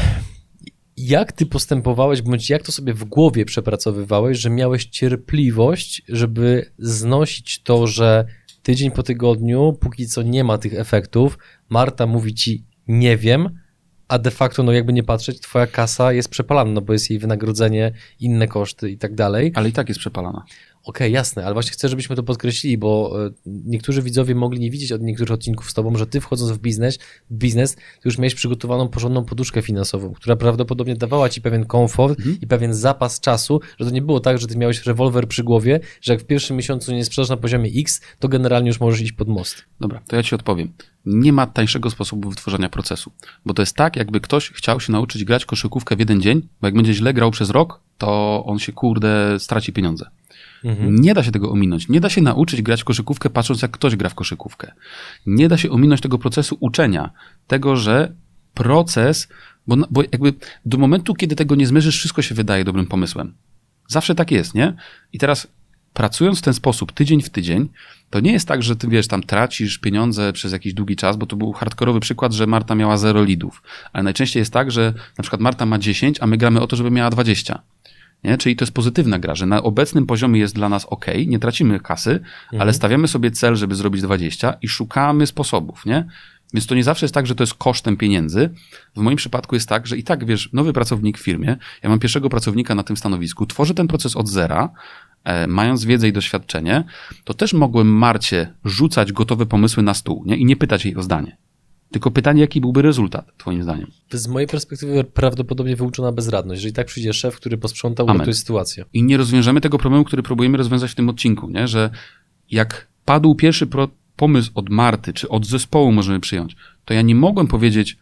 Jak ty postępowałeś, bądź jak to sobie w głowie przepracowywałeś, że miałeś cierpliwość, żeby znosić to, że tydzień po tygodniu, póki co nie ma tych efektów, Marta mówi ci nie wiem, a de facto, no jakby nie patrzeć, twoja kasa jest przepalana, no bo jest jej wynagrodzenie, inne koszty i tak dalej. Ale i tak jest przepalana. Okej, okay, jasne, ale właśnie chcę, żebyśmy to podkreślili, bo niektórzy widzowie mogli nie widzieć od niektórych odcinków z tobą, że ty wchodząc w biznes, w biznes, ty już miałeś przygotowaną porządną poduszkę finansową, która prawdopodobnie dawała ci pewien komfort mhm. i pewien zapas czasu, że to nie było tak, że ty miałeś rewolwer przy głowie, że jak w pierwszym miesiącu nie sprzedasz na poziomie X, to generalnie już możesz iść pod most. Dobra, to ja ci odpowiem. Nie ma tańszego sposobu wytworzenia procesu, bo to jest tak, jakby ktoś chciał się nauczyć grać koszykówkę w jeden dzień, bo jak będzie źle grał przez rok, to on się, kurde, straci pieniądze. Mhm. Nie da się tego ominąć. Nie da się nauczyć grać w koszykówkę, patrząc jak ktoś gra w koszykówkę. Nie da się ominąć tego procesu uczenia. Tego, że proces, bo, bo jakby do momentu, kiedy tego nie zmierzysz, wszystko się wydaje dobrym pomysłem. Zawsze tak jest, nie? I teraz pracując w ten sposób, tydzień w tydzień, to nie jest tak, że ty, wiesz, tam tracisz pieniądze przez jakiś długi czas, bo to był hardkorowy przykład, że Marta miała zero lidów. Ale najczęściej jest tak, że na przykład Marta ma dziesięć, a my gramy o to, żeby miała dwadzieścia. Nie? Czyli to jest pozytywna gra, że na obecnym poziomie jest dla nas ok, nie tracimy kasy, mhm. ale stawiamy sobie cel, żeby zrobić dwadzieścia i szukamy sposobów, nie? Więc to nie zawsze jest tak, że to jest kosztem pieniędzy. W moim przypadku jest tak, że i tak, wiesz, nowy pracownik w firmie, ja mam pierwszego pracownika na tym stanowisku, tworzę ten proces od zera, e, mając wiedzę i doświadczenie, to też mogłem Marcie rzucać gotowe pomysły na stół, nie? I nie pytać jej o zdanie. Tylko pytanie, jaki byłby rezultat, twoim zdaniem? Z mojej perspektywy prawdopodobnie wyuczona bezradność. Jeżeli tak przyjdzie szef, który posprzątał, uratuje sytuację. I nie rozwiążemy tego problemu, który próbujemy rozwiązać w tym odcinku, nie? Że jak padł pierwszy pro- pomysł od Marty, czy od zespołu możemy przyjąć, to ja nie mogłem powiedzieć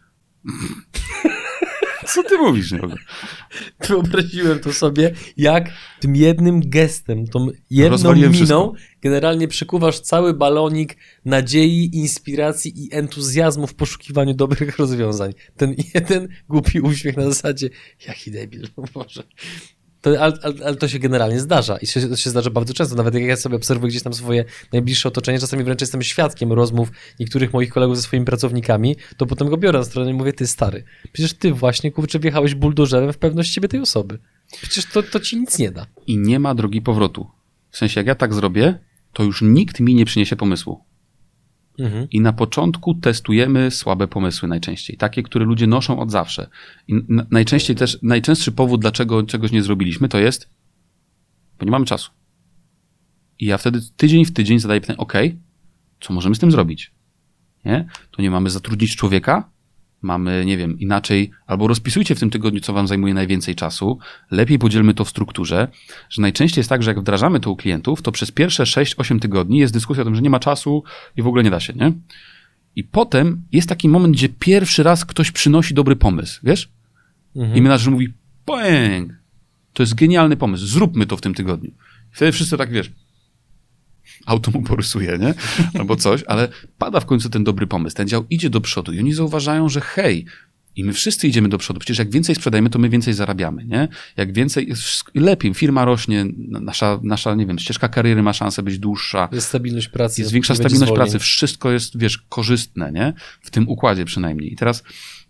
co ty mówisz? Nie? Wyobraziłem to sobie, jak tym jednym gestem, tą jedną miną wszystko. Generalnie przekuwasz cały balonik nadziei, inspiracji i entuzjazmu w poszukiwaniu dobrych rozwiązań. Ten jeden głupi uśmiech na zasadzie, jaki debil, Boże. To, ale, ale to się generalnie zdarza i się, to się zdarza bardzo często. Nawet jak ja sobie obserwuję gdzieś tam swoje najbliższe otoczenie, czasami wręcz jestem świadkiem rozmów niektórych moich kolegów ze swoimi pracownikami, to potem go biorę na stronę i mówię, ty stary, przecież ty właśnie, kurczę, wjechałeś buldożerem w pewność siebie tej osoby. Przecież to, to ci nic nie da. I nie ma drogi powrotu. W sensie, jak ja tak zrobię, to już nikt mi nie przyniesie pomysłu. Mhm. I na początku testujemy słabe pomysły najczęściej. Takie, które ludzie noszą od zawsze. I n- najczęściej też, najczęstszy powód, dlaczego czegoś nie zrobiliśmy, to jest, bo nie mamy czasu. I ja wtedy tydzień w tydzień zadaję pytanie, ok, co możemy z tym zrobić? Nie? To nie mamy zatrudnić człowieka? Mamy, nie wiem, inaczej, albo rozpisujcie w tym tygodniu, co wam zajmuje najwięcej czasu, lepiej podzielmy to w strukturze, że najczęściej jest tak, że jak wdrażamy to u klientów, to przez pierwsze sześć osiem tygodni jest dyskusja o tym, że nie ma czasu i w ogóle nie da się, nie? I potem jest taki moment, gdzie pierwszy raz ktoś przynosi dobry pomysł, wiesz? Mhm. I menadżer mówi, bang, to jest genialny pomysł, zróbmy to w tym tygodniu. I wtedy wszyscy tak, wiesz, auto mu porysuje, nie? Albo coś, ale pada w końcu ten dobry pomysł. Ten dział idzie do przodu i oni zauważają, że hej, i my wszyscy idziemy do przodu. Przecież jak więcej sprzedajemy, to my więcej zarabiamy, nie? Jak więcej, jest lepiej, firma rośnie, nasza, nasza, nie wiem, ścieżka kariery ma szansę być dłuższa. Jest stabilność pracy. Jest większa stabilność pracy. Wszystko jest, wiesz, korzystne, nie? W tym układzie przynajmniej. I teraz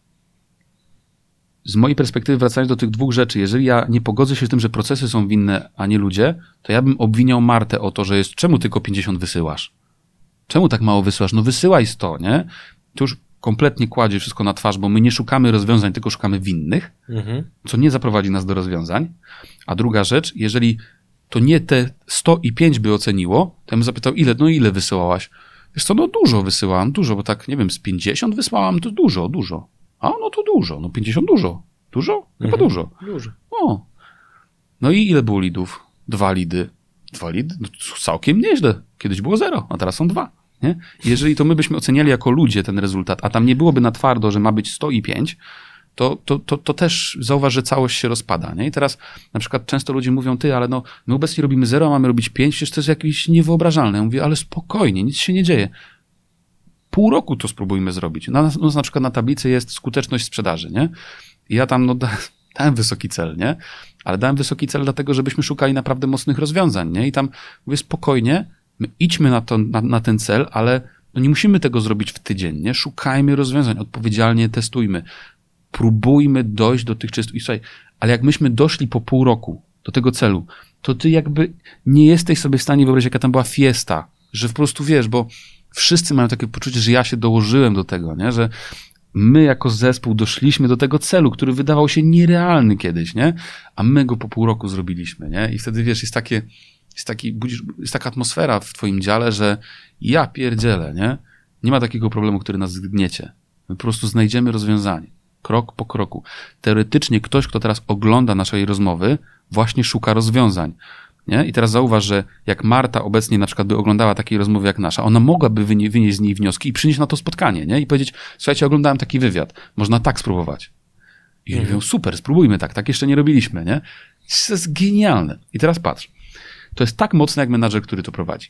z mojej perspektywy, wracając do tych dwóch rzeczy, jeżeli ja nie pogodzę się z tym, że procesy są winne, a nie ludzie, to ja bym obwiniał Martę o to, że jest, czemu tylko pięćdziesiąt wysyłasz? Czemu tak mało wysyłasz? No wysyłaj sto, nie? To już kompletnie kładzie wszystko na twarz, bo my nie szukamy rozwiązań, tylko szukamy winnych, mhm. co nie zaprowadzi nas do rozwiązań. A druga rzecz, jeżeli to nie te sto i pięć by oceniło, to ja bym zapytał, ile, no ile wysyłałaś? Wiesz co, no dużo wysyłałam, dużo, bo tak, nie wiem, z pięćdziesiąt wysłałam, to dużo, dużo. A, no to dużo, no pięćdziesiąt dużo. Dużo? Chyba mhm. dużo. Dużo. O. No i ile było lidów? Dwa lidy. Dwa lidy? No, całkiem nieźle. Kiedyś było zero, a teraz są dwa. Nie? Jeżeli to my byśmy oceniali jako ludzie ten rezultat, a tam nie byłoby na twardo, że ma być sto i pięć, to, to, to, to też zauważ, że całość się rozpada. Nie? I teraz na przykład często ludzie mówią, ty, ale no my obecnie robimy zero, a mamy robić pięć, przecież to jest jakieś niewyobrażalne. Ja mówię, ale spokojnie, nic się nie dzieje. Pół roku to spróbujmy zrobić. Na, no, na przykład na tablicy jest skuteczność sprzedaży, nie? I ja tam no, da, dałem wysoki cel, nie? Ale dałem wysoki cel dlatego, żebyśmy szukali naprawdę mocnych rozwiązań, nie? I tam mówię, spokojnie, my idźmy na, to, na, na ten cel, ale no nie musimy tego zrobić w tydzień, nie? Szukajmy rozwiązań, odpowiedzialnie testujmy. Próbujmy dojść do tych czystych... I słuchaj, ale jak myśmy doszli po pół roku do tego celu, to ty jakby nie jesteś sobie w stanie wyobrazić, jaka tam była fiesta, że po prostu wiesz, bo wszyscy mają takie poczucie, że ja się dołożyłem do tego, nie? Że my jako zespół doszliśmy do tego celu, który wydawał się nierealny kiedyś, nie? A my go po pół roku zrobiliśmy, nie? I wtedy, wiesz, jest takie, jest taki, budzisz, jest taka atmosfera w twoim dziale, że ja pierdzielę, nie? Nie ma takiego problemu, który nas zgniecie. My po prostu znajdziemy rozwiązanie. Krok po kroku. Teoretycznie ktoś, kto teraz ogląda naszej rozmowy, właśnie szuka rozwiązań. Nie? I teraz zauważ, że jak Marta obecnie na przykład by oglądała takiej rozmowy jak nasza, ona mogłaby wynie- wynieść z niej wnioski i przynieść na to spotkanie, nie? I powiedzieć, słuchajcie, oglądałem taki wywiad, można tak spróbować. I oni mówią, super, spróbujmy tak, tak jeszcze nie robiliśmy, nie? To jest genialne. I teraz patrz, to jest tak mocne jak menadżer, który to prowadzi.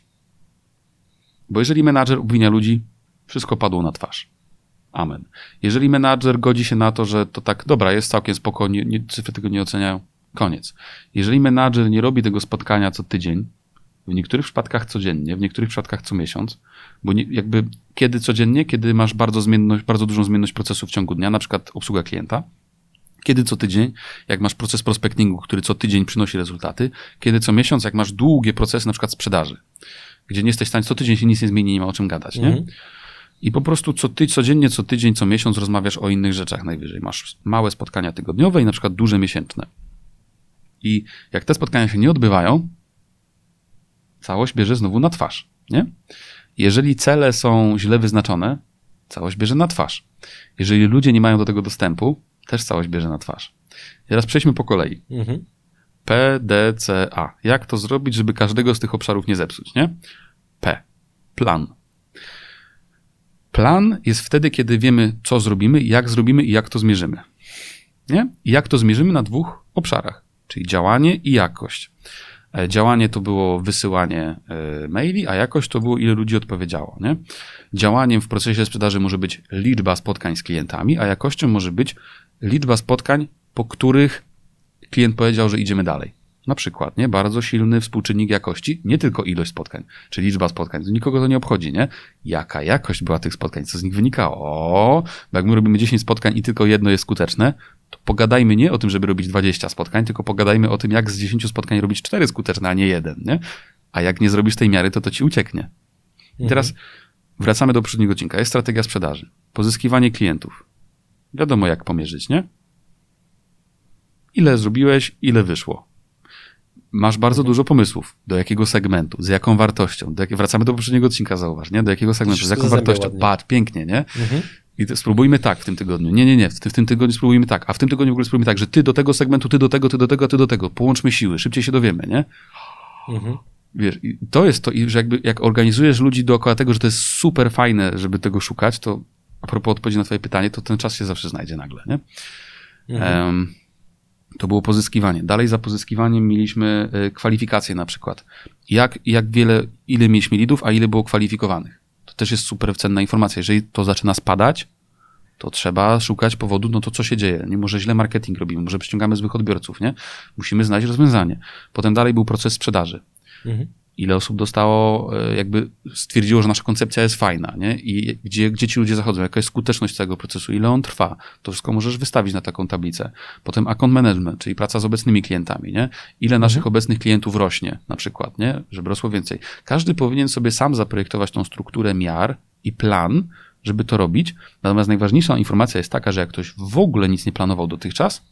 Bo jeżeli menadżer obwinia ludzi, wszystko padło na twarz. Amen. Jeżeli menadżer godzi się na to, że to tak, dobra, jest całkiem spokojnie, nie, cyfry tego nie oceniają, koniec. Jeżeli menadżer nie robi tego spotkania co tydzień, w niektórych przypadkach codziennie, w niektórych przypadkach co miesiąc, bo nie, jakby kiedy codziennie, kiedy masz bardzo zmienność, bardzo dużą zmienność procesu w ciągu dnia, na przykład obsługa klienta, kiedy co tydzień, jak masz proces prospectingu, który co tydzień przynosi rezultaty, kiedy co miesiąc, jak masz długie procesy, na przykład sprzedaży, gdzie nie jesteś w stanie, co tydzień się nic nie zmieni, nie ma o czym gadać, nie? Mhm. I po prostu co ty, codziennie, co tydzień, co miesiąc rozmawiasz o innych rzeczach najwyżej. Masz małe spotkania tygodniowe i na przykład duże miesięczne. I jak te spotkania się nie odbywają, całość bierze znowu na twarz, nie? Jeżeli cele są źle wyznaczone, całość bierze na twarz. Jeżeli ludzie nie mają do tego dostępu, też całość bierze na twarz. I teraz przejdźmy po kolei. Mhm. P, D, C, A. Jak to zrobić, żeby każdego z tych obszarów nie zepsuć, nie? P. Plan. Plan jest wtedy, kiedy wiemy, co zrobimy, jak zrobimy i jak to zmierzymy. Nie? I jak to zmierzymy na dwóch obszarach, czyli działanie i jakość. Działanie to było wysyłanie maili, a jakość to było, ile ludzi odpowiedziało. Nie? Działaniem w procesie sprzedaży może być liczba spotkań z klientami, a jakością może być liczba spotkań, po których klient powiedział, że idziemy dalej. Na przykład, nie? Bardzo silny współczynnik jakości, nie tylko ilość spotkań, czy liczba spotkań. Nikogo to nie obchodzi, nie? Jaka jakość była tych spotkań, co z nich wynikało? O, bo jak my robimy dziesięć spotkań i tylko jedno jest skuteczne, to pogadajmy nie o tym, żeby robić dwadzieścia spotkań, tylko pogadajmy o tym, jak z dziesięciu spotkań robić cztery skuteczne, a nie jeden, nie? A jak nie zrobisz tej miary, to to ci ucieknie. I teraz wracamy do poprzedniego odcinka. Jest strategia sprzedaży. Pozyskiwanie klientów. Wiadomo, jak pomierzyć, nie? Ile zrobiłeś, ile wyszło. Masz bardzo dużo pomysłów. Do jakiego segmentu, z jaką wartością. Do jak... Wracamy do poprzedniego odcinka, zauważ, nie? Do jakiego segmentu, z jaką wartością. Ładnie. Patrz, pięknie, nie? Mhm. I to spróbujmy tak w tym tygodniu. Nie, nie, nie. W tym, w tym tygodniu spróbujmy tak. A w tym tygodniu w ogóle spróbujmy tak, że ty do tego segmentu, ty do tego, ty do tego, ty do tego. Połączmy siły. Szybciej się dowiemy, nie? Mhm. Wiesz, i to jest to, że jakby jak organizujesz ludzi dookoła tego, że to jest super fajne, żeby tego szukać, to a propos odpowiedzi na twoje pytanie, to ten czas się zawsze znajdzie nagle, nie? Mhm. Um, To było pozyskiwanie. Dalej za pozyskiwaniem mieliśmy kwalifikacje na przykład. Jak, jak wiele, ile mieliśmy lidów, a ile było kwalifikowanych. To też jest super cenna informacja. Jeżeli to zaczyna spadać, to trzeba szukać powodu, no to co się dzieje. Nie może źle marketing robimy, może przyciągamy złych odbiorców, nie? Musimy znaleźć rozwiązanie. Potem dalej był proces sprzedaży. Mhm. Ile osób dostało, jakby stwierdziło, że nasza koncepcja jest fajna, nie? I gdzie, gdzie ci ludzie zachodzą, jaka jest skuteczność całego procesu, ile on trwa. To wszystko możesz wystawić na taką tablicę. Potem account management, czyli praca z obecnymi klientami, nie? Ile naszych mhm. obecnych klientów rośnie, na przykład, nie? Żeby rosło więcej. Każdy powinien sobie sam zaprojektować tą strukturę miar i plan, żeby to robić. Natomiast najważniejsza informacja jest taka, że jak ktoś w ogóle nic nie planował dotychczas,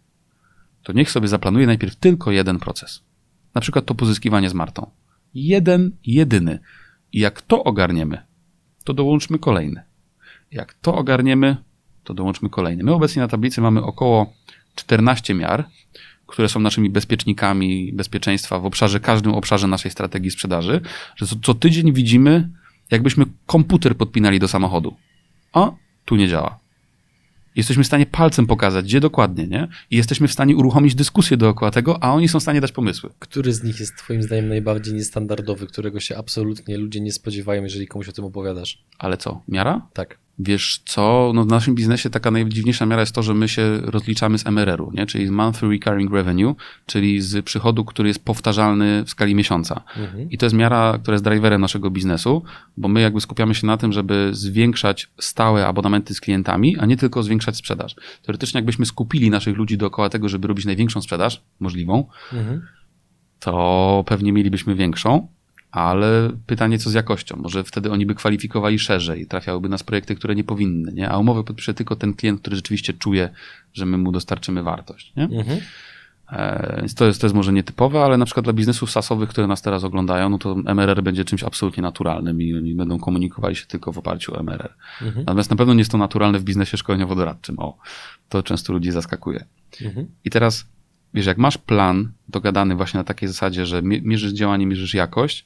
to niech sobie zaplanuje najpierw tylko jeden proces. Na przykład to pozyskiwanie z Martą. Jeden, jedyny. I jak to ogarniemy, to dołączmy kolejny. Jak to ogarniemy, to dołączmy kolejny. My obecnie na tablicy mamy około czternaście miar, które są naszymi bezpiecznikami bezpieczeństwa w obszarze, każdym obszarze naszej strategii sprzedaży, że co, co tydzień widzimy, jakbyśmy komputer podpinali do samochodu. A tu nie działa. Jesteśmy w stanie palcem pokazać, gdzie dokładnie, nie? I jesteśmy w stanie uruchomić dyskusję dookoła tego, a oni są w stanie dać pomysły. Który z nich jest twoim zdaniem najbardziej niestandardowy, którego się absolutnie ludzie nie spodziewają, jeżeli komuś o tym opowiadasz? Ale co? Miara? Tak. Wiesz co? No w naszym biznesie taka najdziwniejsza miara jest to, że my się rozliczamy z M R R-u, nie? Czyli z Monthly Recurring Revenue, czyli z przychodu, który jest powtarzalny w skali miesiąca. Mhm. I to jest miara, która jest driverem naszego biznesu, bo my jakby skupiamy się na tym, żeby zwiększać stałe abonamenty z klientami, a nie tylko zwiększać sprzedaż. Teoretycznie jakbyśmy skupili naszych ludzi dookoła tego, żeby robić największą sprzedaż możliwą, mhm. to pewnie mielibyśmy większą. Ale pytanie, co z jakością? Może wtedy oni by kwalifikowali szerzej, trafiałyby nas projekty, które nie powinny, nie? A umowę podpisze tylko ten klient, który rzeczywiście czuje, że my mu dostarczymy wartość, nie? Mhm. E, więc to jest, to jest może nietypowe, ale na przykład dla biznesów sasowych, które nas teraz oglądają, no to M R R będzie czymś absolutnie naturalnym i oni będą komunikowali się tylko w oparciu o M R R. Mhm. Natomiast na pewno nie jest to naturalne w biznesie szkoleniowo-doradczym. O, to często ludzi zaskakuje. Mhm. I teraz, wiesz, jak masz plan dogadany właśnie na takiej zasadzie, że mierzysz działanie, mierzysz jakość,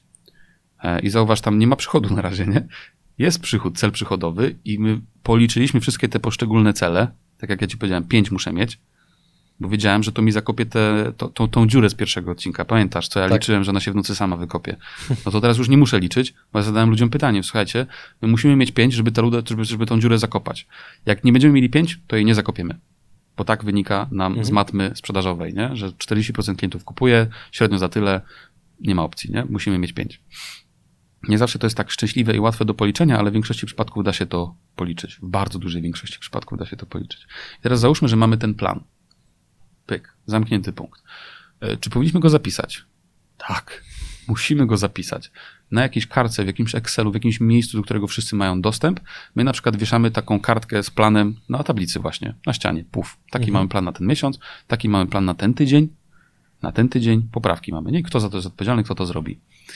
i zauważ, tam nie ma przychodu na razie, nie? Jest przychód, cel przychodowy i my policzyliśmy wszystkie te poszczególne cele, tak jak ja ci powiedziałem, pięć muszę mieć, bo wiedziałem, że to mi zakopie te, to, tą, tą dziurę z pierwszego odcinka. Pamiętasz, co ja tak. liczyłem, że ona się w nocy sama wykopie. No to teraz już nie muszę liczyć, bo ja zadałem ludziom pytanie, słuchajcie, my musimy mieć pięć, żeby, ta, żeby, żeby tą dziurę zakopać. Jak nie będziemy mieli pięć, to jej nie zakopiemy. Bo tak wynika nam mhm. z matmy sprzedażowej, nie? Że czterdzieści procent klientów kupuje, średnio za tyle, nie ma opcji, nie? Musimy mieć pięć. Nie zawsze to jest tak szczęśliwe i łatwe do policzenia, ale w większości przypadków da się to policzyć. W bardzo dużej większości przypadków da się to policzyć. I teraz załóżmy, że mamy ten plan. Pyk, zamknięty punkt. Czy powinniśmy go zapisać? Tak, musimy go zapisać. Na jakiejś kartce, w jakimś Excelu, w jakimś miejscu, do którego wszyscy mają dostęp. My na przykład wieszamy taką kartkę z planem na tablicy właśnie, na ścianie. Puf. Taki mhm. mamy plan na ten miesiąc, taki mamy plan na ten tydzień, na ten tydzień, poprawki mamy. Nie? Kto za to jest odpowiedzialny, kto to zrobi.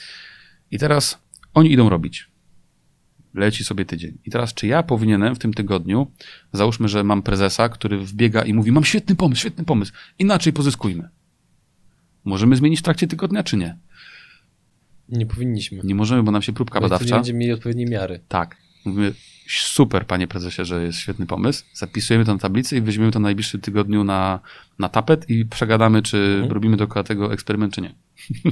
I teraz oni idą robić. Leci sobie tydzień. I teraz, czy ja powinienem w tym tygodniu, załóżmy, że mam prezesa, który wbiega i mówi, mam świetny pomysł, świetny pomysł, inaczej pozyskujmy. Możemy zmienić w trakcie tygodnia, czy nie? Nie powinniśmy. Nie możemy, bo nam się próbka bo badawcza... nie będziemy mieli odpowiedniej miary. Tak. Mówimy, super, panie prezesie, że jest świetny pomysł. Zapisujemy to na tablicy i weźmiemy to w najbliższym tygodniu na, na tapet i przegadamy, czy mhm. robimy dookoła tego eksperyment, czy nie.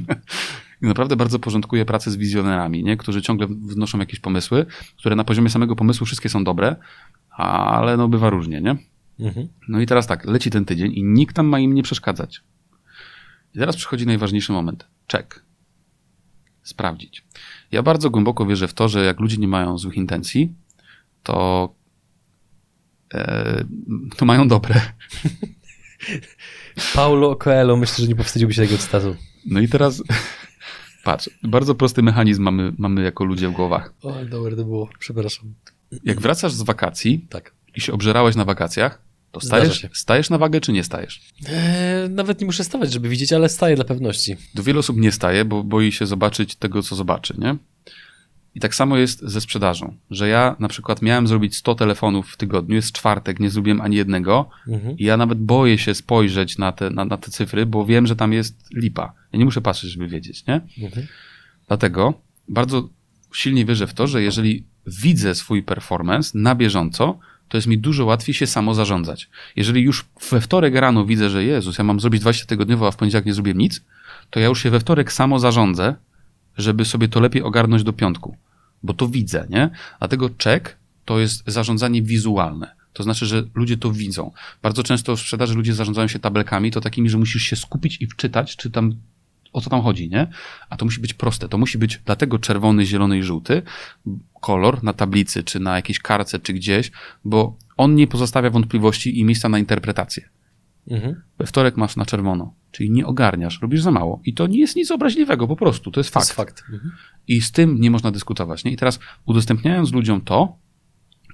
I naprawdę bardzo porządkuje pracę z wizjonerami, nie? Którzy ciągle wnoszą jakieś pomysły, które na poziomie samego pomysłu wszystkie są dobre, ale no bywa różnie, nie? Mhm. No i teraz tak, leci ten tydzień i nikt tam ma im nie przeszkadzać. I teraz przychodzi najważniejszy moment. Check. Sprawdzić. Ja bardzo głęboko wierzę w to, że jak ludzie nie mają złych intencji, to e, to mają dobre. Paulo Coelho, myślę, że nie powstydziłby się tego cytatu. No i teraz patrz, bardzo prosty mechanizm mamy, mamy jako ludzie w głowach. O, dobre to było, przepraszam. Jak wracasz z wakacji tak. i się obżerałeś na wakacjach, to stajesz, stajesz na wagę, czy nie stajesz? Eee, nawet nie muszę stawać, żeby widzieć, ale staję dla pewności. Do wielu osób nie staje, bo boi się zobaczyć tego, co zobaczy, nie? I tak samo jest ze sprzedażą, że ja na przykład miałem zrobić sto telefonów w tygodniu, jest czwartek, nie zrobiłem ani jednego mhm. i ja nawet boję się spojrzeć na te, na, na te cyfry, bo wiem, że tam jest lipa. Ja nie muszę patrzeć, żeby wiedzieć, nie? Mhm. Dlatego bardzo silnie wierzę w to, że jeżeli widzę swój performance na bieżąco, to jest mi dużo łatwiej się samo zarządzać. Jeżeli już we wtorek rano widzę, że Jezus, ja mam zrobić dwadzieścia tygodniowo, a w poniedziałek nie zrobiłem nic, to ja już się we wtorek samo zarządzę, żeby sobie to lepiej ogarnąć do piątku. Bo to widzę, nie? Dlatego check to jest zarządzanie wizualne. To znaczy, że ludzie to widzą. Bardzo często w sprzedaży ludzie zarządzają się tabelkami, to takimi, że musisz się skupić i wczytać, czy tam, o co tam chodzi, nie? A to musi być proste. To musi być dlatego czerwony, zielony i żółty kolor na tablicy, czy na jakiejś kartce, czy gdzieś, bo on nie pozostawia wątpliwości i miejsca na interpretację. Mhm. We wtorek masz na czerwono, czyli nie ogarniasz, robisz za mało. I to nie jest nic obraźliwego, po prostu, to jest fakt. To jest fakt. Mhm. I z tym nie można dyskutować, nie? I teraz udostępniając ludziom to,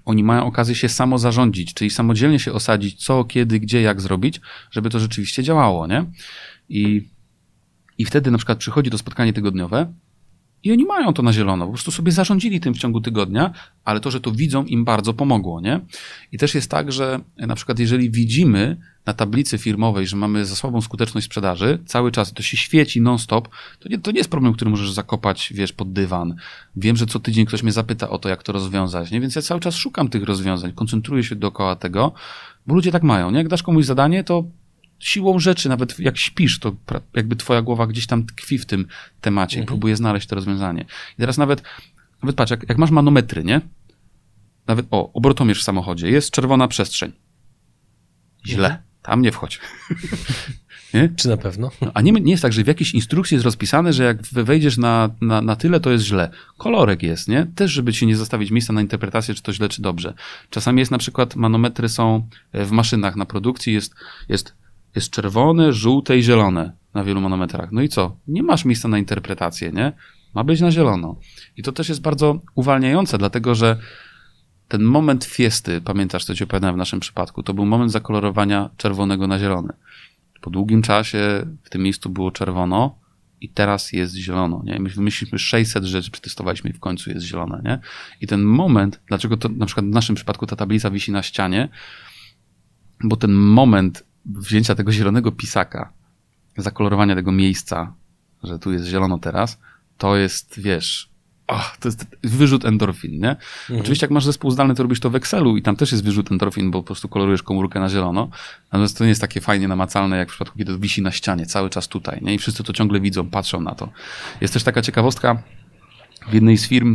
oni mają okazję się samo zarządzić, czyli samodzielnie się osadzić, co, kiedy, gdzie, jak zrobić, żeby to rzeczywiście działało, nie? I, i wtedy na przykład przychodzi to spotkanie tygodniowe i oni mają to na zielono, po prostu sobie zarządzili tym w ciągu tygodnia, ale to, że to widzą, im bardzo pomogło, nie? I też jest tak, że na przykład jeżeli widzimy na tablicy firmowej, że mamy za słabą skuteczność sprzedaży, cały czas to się świeci non-stop, to nie, to nie jest problem, który możesz zakopać, wiesz, pod dywan. Wiem, że co tydzień ktoś mnie zapyta o to, jak to rozwiązać, nie? Więc ja cały czas szukam tych rozwiązań, koncentruję się dookoła tego, bo ludzie tak mają, nie? Jak dasz komuś zadanie, to siłą rzeczy, nawet jak śpisz, to jakby twoja głowa gdzieś tam tkwi w tym temacie i mhm. próbuje znaleźć to rozwiązanie. I teraz nawet, nawet patrz, jak, jak masz manometry, nie? Nawet, o, obrotomierz w samochodzie, jest czerwona przestrzeń. Źle, mhm. tam nie wchodź. Nie? Czy na pewno? No, a nie, nie jest tak, że w jakiejś instrukcji jest rozpisane, że jak wejdziesz na, na, na tyle, to jest źle. Kolorek jest, nie? Też, żeby ci nie zostawić miejsca na interpretację, czy to źle, czy dobrze. Czasami jest na przykład, manometry są w maszynach na produkcji, jest, jest Jest czerwone, żółte i zielone na wielu manometrach. No i co? Nie masz miejsca na interpretację, nie? Ma być na zielono. I to też jest bardzo uwalniające, dlatego że ten moment fiesty, pamiętasz, co ci opowiadałem w naszym przypadku, to był moment zakolorowania czerwonego na zielony. Po długim czasie w tym miejscu było czerwono i teraz jest zielono, nie? My wymyśliliśmy sześćset rzeczy, przetestowaliśmy i w końcu jest zielone, nie? I ten moment, dlaczego to na przykład w naszym przypadku ta tablica wisi na ścianie, bo ten moment wzięcia tego zielonego pisaka, zakolorowania tego miejsca, że tu jest zielono teraz, to jest, wiesz, oh, to jest wyrzut endorfin, nie? Mhm. Oczywiście jak masz zespół zdalny, to robisz to w Excelu i tam też jest wyrzut endorfin, bo po prostu kolorujesz komórkę na zielono, natomiast to nie jest takie fajnie namacalne, jak w przypadku, kiedy to wisi na ścianie cały czas tutaj, nie? I wszyscy to ciągle widzą, patrzą na to. Jest też taka ciekawostka, w jednej z firm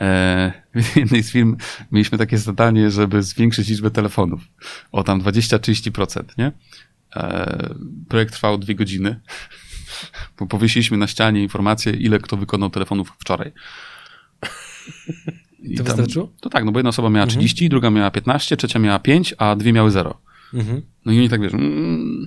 w jednej z firm mieliśmy takie zadanie, żeby zwiększyć liczbę telefonów o tam dwadzieścia do trzydziestu procent, nie? Projekt trwał dwie godziny, bo powiesiliśmy na ścianie informację, ile kto wykonał telefonów wczoraj. I to tam, wystarczyło? To tak, no bo jedna osoba miała trzydzieści, mhm. druga miała piętnaście, trzecia miała pięć, a dwie miały zero. Mhm. No i oni tak, wiesz... Mm,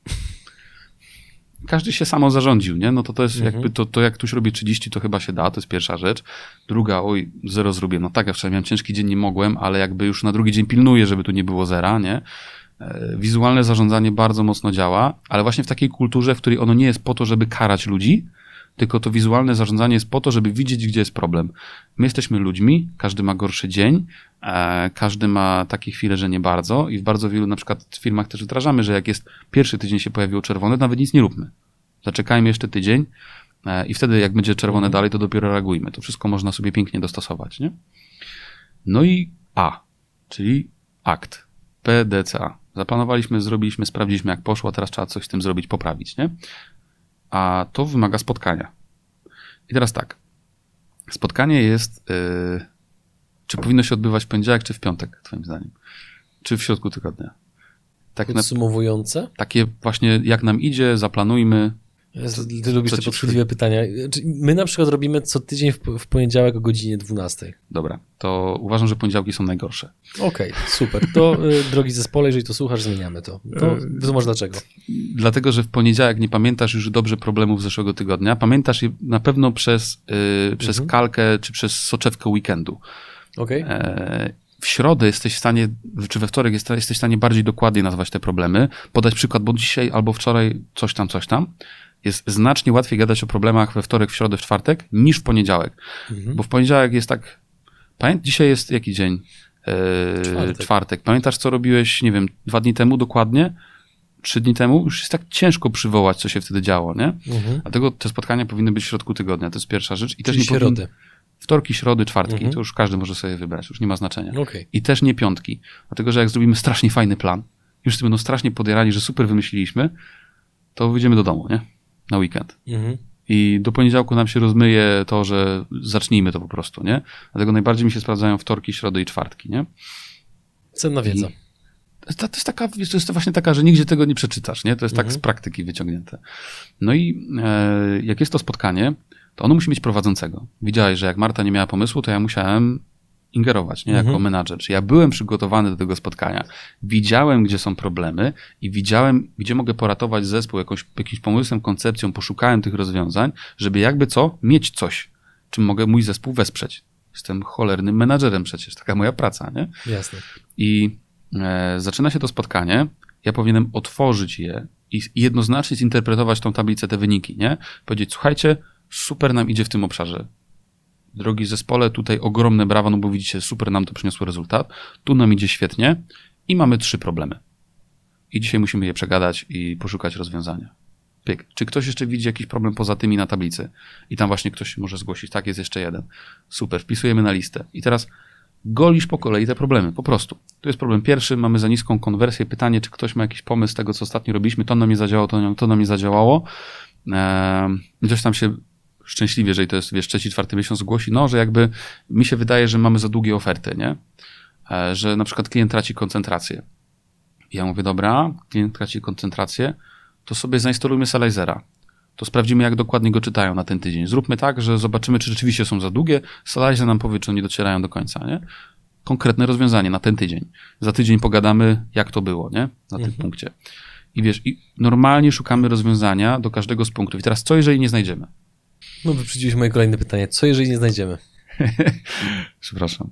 każdy się samo zarządził, nie? No to to jest mhm. jakby to, to jak ktoś robi trzydzieści, to chyba się da, to jest pierwsza rzecz. Druga, oj, zero zrobię. No tak, ja wczoraj miałem ciężki dzień, nie mogłem, ale jakby już na drugi dzień pilnuję, żeby tu nie było zera, nie? Wizualne zarządzanie bardzo mocno działa, ale właśnie w takiej kulturze, w której ono nie jest po to, żeby karać ludzi, tylko to wizualne zarządzanie jest po to, żeby widzieć, gdzie jest problem. My jesteśmy ludźmi, każdy ma gorszy dzień, e, każdy ma takie chwile, że nie bardzo i w bardzo wielu na przykład firmach też wdrażamy, że jak jest pierwszy tydzień się pojawiło czerwone, nawet nic nie róbmy. Zaczekajmy jeszcze tydzień e, i wtedy jak będzie czerwone dalej, to dopiero reagujmy. To wszystko można sobie pięknie dostosować, nie? No i A, czyli akt. P D C A. Zaplanowaliśmy, zrobiliśmy, sprawdziliśmy jak poszło, a teraz trzeba coś z tym zrobić, poprawić, nie? A to wymaga spotkania. I teraz tak. Spotkanie jest... Yy, czy powinno się odbywać w poniedziałek, czy w piątek, twoim zdaniem? Czy w środku tygodnia? Tak podsumowujące? Na, takie właśnie, jak nam idzie, zaplanujmy. Co, ty lubisz te podchwytliwe pytania. My na przykład robimy co tydzień w, w poniedziałek o godzinie dwunastej. Dobra, to uważam, że poniedziałki są najgorsze. Okej, okay, super. To y, drogi zespole, jeżeli to słuchasz, zmieniamy to. To wytłumacz dlaczego. Dlatego, że w poniedziałek nie pamiętasz już dobrze problemów z zeszłego tygodnia. Pamiętasz je na pewno przez, y, przez mhm. kalkę, czy przez soczewkę weekendu. Okej. Okay. E, w środę jesteś w stanie, czy we wtorek jesteś w stanie bardziej dokładnie nazwać te problemy, podać przykład, bo dzisiaj albo wczoraj coś tam, coś tam. Jest znacznie łatwiej gadać o problemach we wtorek, w środę, w czwartek, niż w poniedziałek. Mhm. Bo w poniedziałek jest tak... Pamiętaj, dzisiaj jest jaki dzień? Eee, czwartek. czwartek. Pamiętasz, co robiłeś, nie wiem, dwa dni temu dokładnie? Trzy dni temu? Już jest tak ciężko przywołać, co się wtedy działo, nie? Mhm. Dlatego te spotkania powinny być w środku tygodnia. To jest pierwsza rzecz. I Czyli też nie środy. Powinny... Wtorki, środy, czwartki. Mhm. To już każdy może sobie wybrać. Już nie ma znaczenia. Okay. I też nie piątki. Dlatego, że jak zrobimy strasznie fajny plan, już sobie będą strasznie podjarani, że super wymyśliliśmy, to wyjdziemy do domu, nie? Na weekend. Mhm. I do poniedziałku nam się rozmyje to, że zacznijmy to po prostu, nie? Dlatego najbardziej mi się sprawdzają wtorki, środy i czwartki, nie? Cenna wiedza. To, to jest taka, to jest właśnie taka, że nigdzie tego nie przeczytasz, nie? To jest mhm. tak z praktyki wyciągnięte. No i e, jak jest to spotkanie, to ono musi mieć prowadzącego. Widziałeś, że jak Marta nie miała pomysłu, to ja musiałem ingerować, nie? Jako mhm. menadżer. Czyli ja byłem przygotowany do tego spotkania. Widziałem, gdzie są problemy i widziałem, gdzie mogę poratować zespół jakąś, jakimś pomysłem, koncepcją, poszukałem tych rozwiązań, żeby jakby co, mieć coś, czym mogę mój zespół wesprzeć. Jestem cholernym menadżerem przecież, taka moja praca, nie? Jasne. I e, zaczyna się to spotkanie, ja powinienem otworzyć je i jednoznacznie zinterpretować tą tablicę, te wyniki, nie? Powiedzieć, słuchajcie, super nam idzie w tym obszarze. Drogi zespole, tutaj ogromne brawa, no bo widzicie, super nam to przyniosło rezultat. Tu nam idzie świetnie i mamy trzy problemy. I dzisiaj musimy je przegadać i poszukać rozwiązania. Pyk. Czy ktoś jeszcze widzi jakiś problem poza tymi na tablicy? I tam właśnie ktoś może zgłosić, tak, jest jeszcze jeden. Super, wpisujemy na listę. I teraz golisz po kolei te problemy, po prostu. Tu jest problem pierwszy, mamy za niską konwersję. Pytanie, czy ktoś ma jakiś pomysł z tego, co ostatnio robiliśmy, to nam nie zadziałało, to, to nam nie zadziałało. Eee, ktoś tam się szczęśliwie, jeżeli to jest, wiesz, trzeci, czwarty miesiąc zgłosi, no, że jakby mi się wydaje, że mamy za długie oferty, nie? Eee, że na przykład klient traci koncentrację. I ja mówię, dobra, klient traci koncentrację, to sobie zainstalujmy Salizera. To sprawdzimy, jak dokładnie go czytają na ten tydzień. Zróbmy tak, że zobaczymy, czy rzeczywiście są za długie. Salizer nam powie, czy oni docierają do końca, nie? Konkretne rozwiązanie na ten tydzień. Za tydzień pogadamy, jak to było, nie? Na tym mhm. punkcie. I wiesz, i normalnie szukamy rozwiązania do każdego z punktów. I teraz co, jeżeli nie znajdziemy? No, wyprzedziłeś moje kolejne pytanie. Co, jeżeli nie znajdziemy? Przepraszam.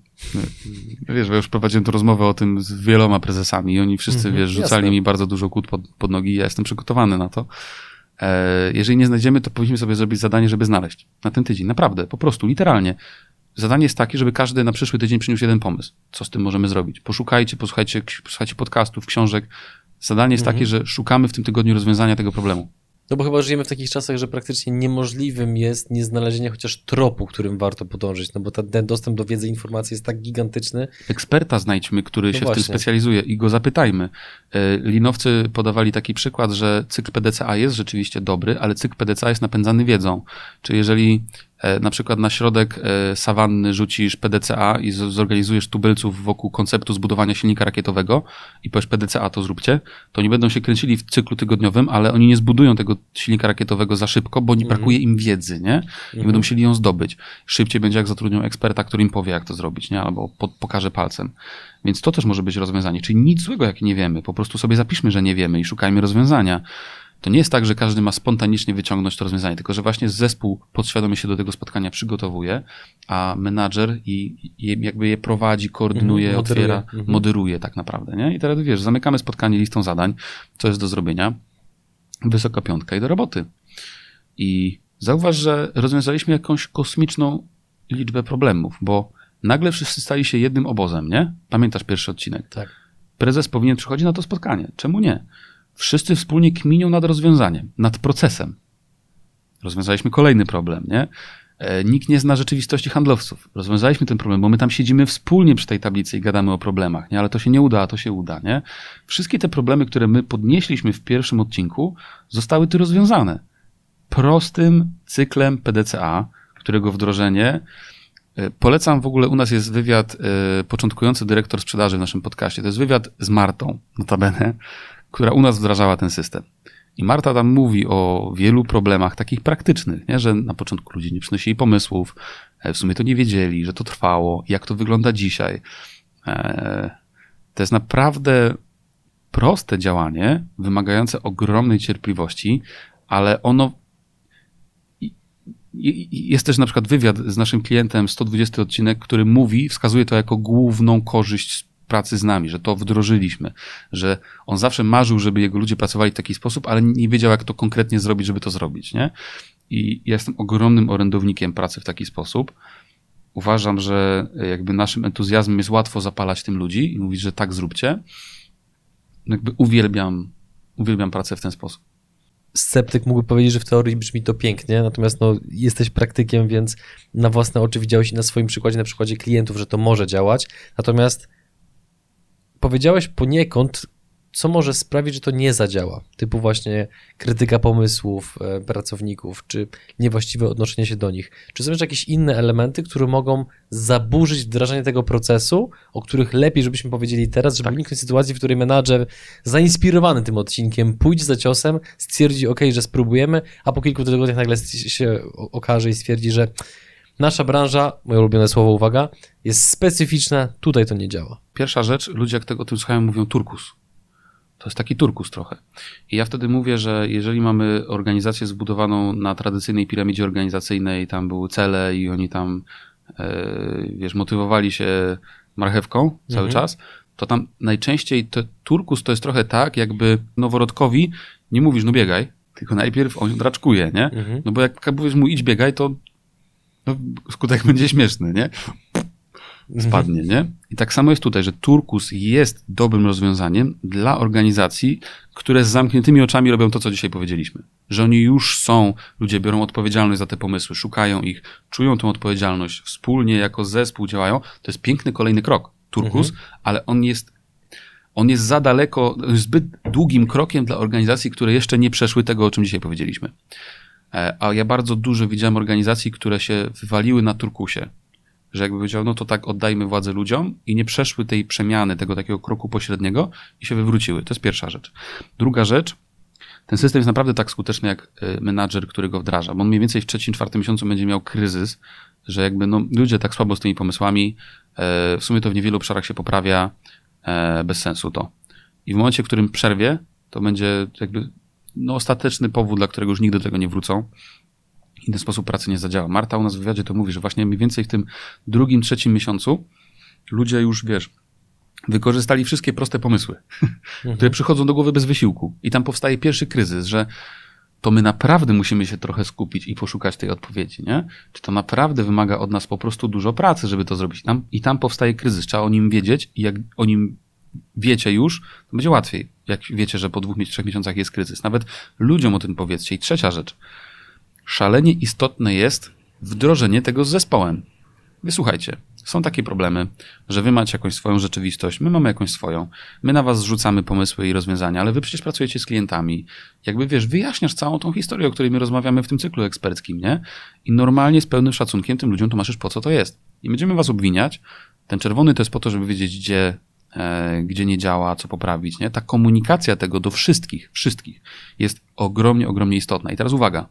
Wiesz, bo już prowadziłem tu rozmowę o tym z wieloma prezesami i oni wszyscy, mm-hmm, wiesz, rzucali jasne. mi bardzo dużo kłód pod, pod nogi i ja jestem przygotowany na to. E, jeżeli nie znajdziemy, to powinniśmy sobie zrobić zadanie, żeby znaleźć na ten tydzień. Naprawdę, po prostu, literalnie. Zadanie jest takie, żeby każdy na przyszły tydzień przyniósł jeden pomysł. Co z tym możemy zrobić? Poszukajcie, posłuchajcie, posłuchajcie podcastów, książek. Zadanie jest mm-hmm. takie, że szukamy w tym tygodniu rozwiązania tego problemu. No bo chyba żyjemy w takich czasach, że praktycznie niemożliwym jest nieznalezienie chociaż tropu, którym warto podążyć, no bo ten dostęp do wiedzy, informacji jest tak gigantyczny. Eksperta znajdźmy, który no się właśnie. w tym specjalizuje i go zapytajmy. Linowcy podawali taki przykład, że cykl P D C A jest rzeczywiście dobry, ale cykl P D C A jest napędzany wiedzą. Czyli jeżeli na przykład na środek sawanny rzucisz P D C A i zorganizujesz tubylców wokół konceptu zbudowania silnika rakietowego i powiesz P D C A to zróbcie, to oni będą się kręcili w cyklu tygodniowym, ale oni nie zbudują tego silnika rakietowego za szybko, bo nie mm-hmm. brakuje im wiedzy, nie? I mm-hmm. będą musieli ją zdobyć. Szybciej będzie, jak zatrudnią eksperta, który im powie, jak to zrobić, nie? Albo po, pokaże palcem. Więc to też może być rozwiązanie. Czyli nic złego, jak nie wiemy. Po prostu sobie zapiszmy, że nie wiemy i szukajmy rozwiązania. To nie jest tak, że każdy ma spontanicznie wyciągnąć to rozwiązanie, tylko że właśnie zespół podświadomie się do tego spotkania przygotowuje, a menadżer i, i jakby je prowadzi, koordynuje, mm, otwiera, moderuje. moderuje tak naprawdę, nie? I teraz wiesz, zamykamy spotkanie listą zadań, co jest do zrobienia, wysoka piątka i do roboty. I zauważ, że rozwiązaliśmy jakąś kosmiczną liczbę problemów, bo nagle wszyscy stali się jednym obozem, nie? Pamiętasz pierwszy odcinek? Tak. Prezes powinien przychodzić na to spotkanie. Czemu nie? Wszyscy wspólnie kminią nad rozwiązaniem, nad procesem. Rozwiązaliśmy kolejny problem, nie? E, nikt nie zna rzeczywistości handlowców. Rozwiązaliśmy ten problem, bo my tam siedzimy wspólnie przy tej tablicy i gadamy o problemach, nie? Ale to się nie uda, a to się uda, nie? Wszystkie te problemy, które my podnieśliśmy w pierwszym odcinku, zostały tu rozwiązane. Prostym cyklem P D C A, którego wdrożenie... E, polecam w ogóle, u nas jest wywiad e, początkujący dyrektor sprzedaży w naszym podcaście. To jest wywiad z Martą, notabene, która u nas wdrażała ten system. I Marta tam mówi o wielu problemach takich praktycznych, nie? Że na początku ludzie nie przynosili pomysłów, w sumie to nie wiedzieli, że to trwało, jak to wygląda dzisiaj. To jest naprawdę proste działanie, wymagające ogromnej cierpliwości, ale ono... Jest też na przykład wywiad z naszym klientem, sto dwudziesty odcinek, który mówi, wskazuje to jako główną korzyść pracy z nami, że to wdrożyliśmy, że on zawsze marzył, żeby jego ludzie pracowali w taki sposób, ale nie wiedział, jak to konkretnie zrobić, żeby to zrobić, nie? I ja jestem ogromnym orędownikiem pracy w taki sposób. Uważam, że jakby naszym entuzjazmem jest łatwo zapalać tym ludzi i mówić, że tak zróbcie. Jakby uwielbiam, uwielbiam pracę w ten sposób. Sceptyk mógłby powiedzieć, że w teorii brzmi to pięknie, natomiast no, jesteś praktykiem, więc na własne oczy widziałeś na swoim przykładzie, na przykładzie klientów, że to może działać. Natomiast powiedziałeś poniekąd, co może sprawić, że to nie zadziała. Typu właśnie krytyka pomysłów e, pracowników, czy niewłaściwe odnoszenie się do nich. Czy są jeszcze jakieś inne elementy, które mogą zaburzyć wdrażanie tego procesu, o których lepiej, żebyśmy powiedzieli teraz, żeby tak. uniknąć sytuacji, w której menadżer zainspirowany tym odcinkiem pójdzie za ciosem, stwierdzi, ok, że spróbujemy, a po kilku tygodniach nagle się okaże i stwierdzi, że nasza branża, moje ulubione słowo, uwaga, jest specyficzna, tutaj to nie działa. Pierwsza rzecz, ludzie jak tego o tym słuchają, mówią turkus. To jest taki turkus trochę. I ja wtedy mówię, że jeżeli mamy organizację zbudowaną na tradycyjnej piramidzie organizacyjnej, tam były cele i oni tam wiesz, motywowali się marchewką cały mhm. czas, to tam najczęściej to, turkus to jest trochę tak, jakby noworodkowi nie mówisz, no biegaj, tylko najpierw on draczkuje, nie? Mhm. No bo jak powiesz mu idź biegaj, to no, skutek będzie śmieszny, nie? Spadnie, nie? I tak samo jest tutaj, że turkus jest dobrym rozwiązaniem dla organizacji, które z zamkniętymi oczami robią to, co dzisiaj powiedzieliśmy. Że oni już są, ludzie biorą odpowiedzialność za te pomysły, szukają ich, czują tą odpowiedzialność, wspólnie jako zespół działają. To jest piękny kolejny krok, turkus, mhm. ale on jest, on jest za daleko, zbyt długim krokiem dla organizacji, które jeszcze nie przeszły tego, o czym dzisiaj powiedzieliśmy. A ja bardzo dużo widziałem organizacji, które się wywaliły na turkusie. Że jakby powiedział, no to tak oddajmy władzę ludziom i nie przeszły tej przemiany, tego takiego kroku pośredniego i się wywróciły. To jest pierwsza rzecz. Druga rzecz, ten system jest naprawdę tak skuteczny jak menadżer, który go wdraża, bo on mniej więcej w trzecim, czwartym miesiącu będzie miał kryzys, że jakby no, ludzie tak słabo z tymi pomysłami, w sumie to w niewielu obszarach się poprawia, bez sensu to. I w momencie, w którym przerwie, to będzie jakby no, ostateczny powód, dla którego już nigdy do tego nie wrócą. I ten sposób pracy nie zadziała. Marta u nas w wywiadzie to mówi, że właśnie mniej więcej w tym drugim, trzecim miesiącu ludzie już, wiesz, wykorzystali wszystkie proste pomysły, mhm. które przychodzą do głowy bez wysiłku. I tam powstaje pierwszy kryzys, że to my naprawdę musimy się trochę skupić i poszukać tej odpowiedzi, nie? Czy to naprawdę wymaga od nas po prostu dużo pracy, żeby to zrobić. Tam, I tam powstaje kryzys. Trzeba o nim wiedzieć i jak o nim wiecie już, to będzie łatwiej. Jak wiecie, że po dwóch, trzech miesiącach jest kryzys. Nawet ludziom o tym powiedzcie. I trzecia rzecz. Szalenie istotne jest wdrożenie tego z zespołem. Wysłuchajcie, są takie problemy, że wy macie jakąś swoją rzeczywistość, my mamy jakąś swoją, my na was zrzucamy pomysły i rozwiązania, ale wy przecież pracujecie z klientami. Jakby wiesz, wyjaśniasz całą tą historię, o której my rozmawiamy w tym cyklu eksperckim, nie? I normalnie z pełnym szacunkiem tym ludziom tłumaczysz, po co to jest. I będziemy was obwiniać. Ten czerwony to jest po to, żeby wiedzieć, gdzie, e, gdzie nie działa, co poprawić, nie? Ta komunikacja tego do wszystkich, wszystkich jest ogromnie, ogromnie istotna. I teraz uwaga.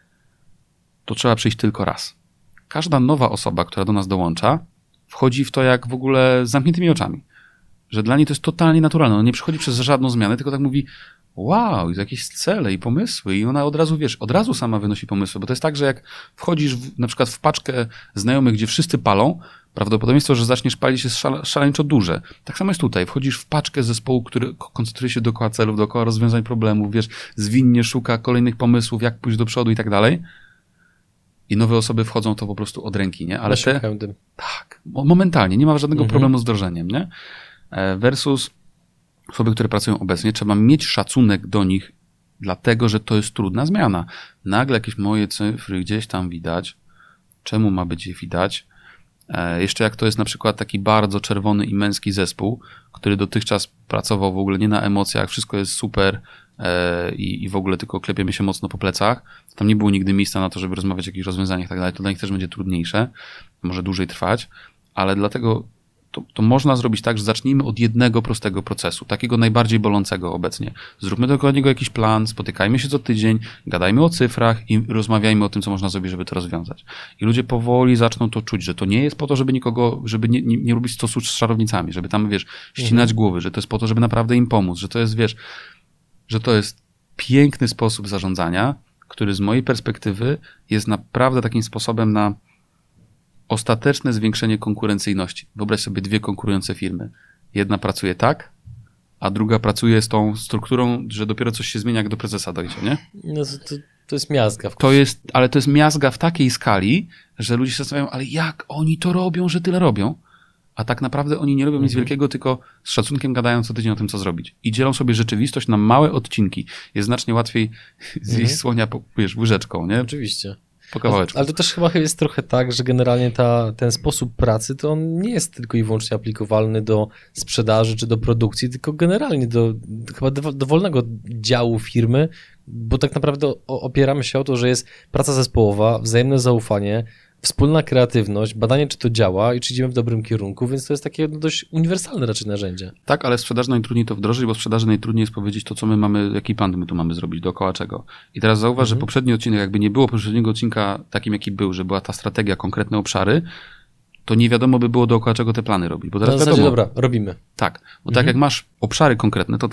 To trzeba przyjść tylko raz. Każda nowa osoba, która do nas dołącza, wchodzi w to jak w ogóle z zamkniętymi oczami. Że dla niej to jest totalnie naturalne. Ona nie przechodzi przez żadną zmianę, tylko tak mówi wow, jakieś cele i pomysły i ona od razu, wiesz, od razu sama wynosi pomysły, bo to jest tak, że jak wchodzisz w, na przykład w paczkę znajomych, gdzie wszyscy palą, prawdopodobieństwo, że zaczniesz palić jest szale, szaleńczo duże. Tak samo jest tutaj. Wchodzisz w paczkę zespołu, który koncentruje się dookoła celów, dookoła rozwiązań problemów, wiesz, zwinnie szuka kolejnych pomysłów, jak pójść do przodu i tak dalej. I nowe osoby wchodzą to po prostu od ręki, nie? Ale te, tak, momentalnie, nie ma żadnego mhm. problemu z wdrożeniem, nie? Versus osoby, które pracują obecnie, trzeba mieć szacunek do nich, dlatego, że to jest trudna zmiana. Nagle jakieś moje cyfry gdzieś tam widać. Czemu ma być je widać? Jeszcze jak to jest na przykład taki bardzo czerwony i męski zespół, który dotychczas pracował w ogóle nie na emocjach, wszystko jest super i, i w ogóle tylko klepiemy się mocno po plecach. Tam nie było nigdy miejsca na to, żeby rozmawiać o jakichś rozwiązaniach i tak dalej. To dla nich też będzie trudniejsze, może dłużej trwać, ale dlatego to, to można zrobić tak, że zacznijmy od jednego prostego procesu, takiego najbardziej bolącego obecnie. Zróbmy do niego jakiś plan, spotykajmy się co tydzień, gadajmy o cyfrach i rozmawiajmy o tym, co można zrobić, żeby to rozwiązać. I ludzie powoli zaczną to czuć, że to nie jest po to, żeby nikogo, żeby nie, nie, nie robić stosu z szarownicami, żeby tam, wiesz, ścinać mhm. głowy, że to jest po to, żeby naprawdę im pomóc, że to jest, wiesz, że to jest piękny sposób zarządzania, który z mojej perspektywy jest naprawdę takim sposobem na ostateczne zwiększenie konkurencyjności. Wyobraź sobie dwie konkurujące firmy. Jedna pracuje tak, a druga pracuje z tą strukturą, że dopiero coś się zmienia, jak do prezesa dojdzie, nie? No to, to jest miazga. W to jest, ale to jest miazga w takiej skali, że ludzie się zastanawiają, ale jak oni to robią, że tyle robią? A tak naprawdę oni nie robią mhm. nic wielkiego, tylko z szacunkiem gadają co tydzień o tym, co zrobić. I dzielą sobie rzeczywistość na małe odcinki. Jest znacznie łatwiej zjeść mhm. słonia, wiesz, łyżeczką, nie? Oczywiście. Po kawałeczku. Ale to też chyba jest trochę tak, że generalnie ta, ten sposób pracy to on nie jest tylko i wyłącznie aplikowalny do sprzedaży czy do produkcji, tylko generalnie do chyba dowolnego działu firmy, bo tak naprawdę opieramy się o to, że jest praca zespołowa, wzajemne zaufanie, wspólna kreatywność, badanie, czy to działa i czy idziemy w dobrym kierunku, więc to jest takie dość uniwersalne raczej narzędzie. Tak, ale w sprzedaży najtrudniej to wdrożyć, bo w sprzedaży najtrudniej jest powiedzieć to, co my mamy, jaki plan my tu mamy zrobić, dookoła czego. I teraz zauważ, mhm. że poprzedni odcinek, jakby nie było poprzedniego odcinka takim, jaki był, że była ta strategia, konkretne obszary, to nie wiadomo by było dookoła czego te plany robić. Bo teraz no, w zasadzie, wiadomo, dobra, robimy. Tak, bo mhm. tak jak masz obszary konkretne, to tak,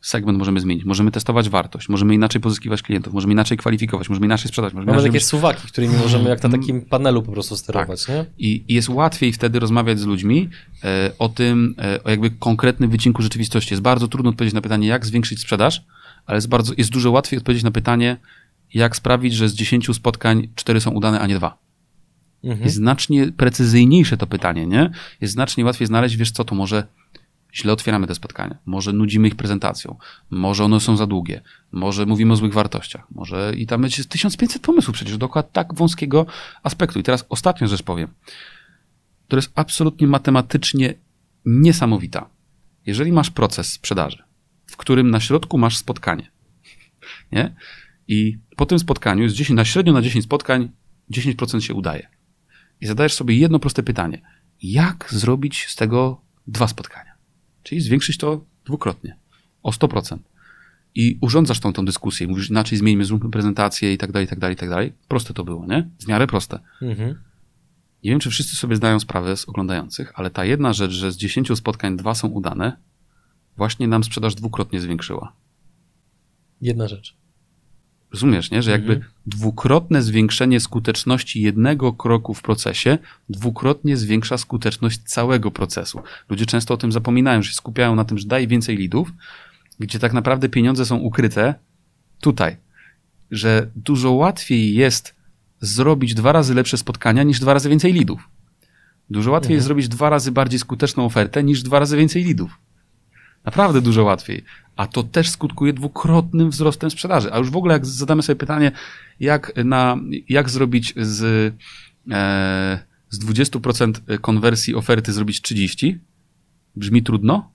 segment możemy zmienić, możemy testować wartość, możemy inaczej pozyskiwać klientów, możemy inaczej kwalifikować, możemy inaczej sprzedać. Możemy Mamy inaczej takie robić... suwaki, którymi możemy jak na takim panelu po prostu sterować, tak. nie? I, I jest łatwiej wtedy rozmawiać z ludźmi e, o tym, e, o jakby konkretnym wycinku rzeczywistości. Jest bardzo trudno odpowiedzieć na pytanie, jak zwiększyć sprzedaż, ale jest, bardzo, jest dużo łatwiej odpowiedzieć na pytanie, jak sprawić, że z dziesięciu spotkań cztery są udane, a nie dwa. Mhm. Jest znacznie precyzyjniejsze to pytanie, nie? Jest znacznie łatwiej znaleźć, wiesz co, to może źle otwieramy te spotkania, może nudzimy ich prezentacją, może one są za długie, może mówimy o złych wartościach, może i tam jest tysiąc pięćset pomysłów przecież dookoła tak wąskiego aspektu. I teraz ostatnią rzecz powiem, która jest absolutnie matematycznie niesamowita. Jeżeli masz proces sprzedaży, w którym na środku masz spotkanie, nie? I po tym spotkaniu jest dziesięć, na średnio na dziesięć spotkań dziesięć procent się udaje. I zadajesz sobie jedno proste pytanie. Jak zrobić z tego dwa spotkania? Czyli zwiększyć to dwukrotnie. O sto procent. I urządzasz tą, tą dyskusję. Mówisz inaczej, zmieńmy, zróbmy prezentację i tak dalej, i tak dalej, i tak dalej. Proste to było, nie? W miarę proste. Mhm. Nie wiem, czy wszyscy sobie zdają sprawę z oglądających, ale ta jedna rzecz, że z dziesięciu spotkań dwa są udane, właśnie nam sprzedaż dwukrotnie zwiększyła. Jedna rzecz. Rozumiesz, nie? Że jakby mhm. dwukrotne zwiększenie skuteczności jednego kroku w procesie dwukrotnie zwiększa skuteczność całego procesu. Ludzie często o tym zapominają, że się skupiają na tym, że daj więcej lidów, gdzie tak naprawdę pieniądze są ukryte tutaj. Że dużo łatwiej jest zrobić dwa razy lepsze spotkania niż dwa razy więcej lidów. Dużo łatwiej mhm. jest zrobić dwa razy bardziej skuteczną ofertę niż dwa razy więcej lidów. Naprawdę dużo łatwiej. A to też skutkuje dwukrotnym wzrostem sprzedaży. A już w ogóle jak zadamy sobie pytanie, jak, na, jak zrobić z, e, z dwadzieścia procent konwersji oferty zrobić trzydzieści? Brzmi trudno?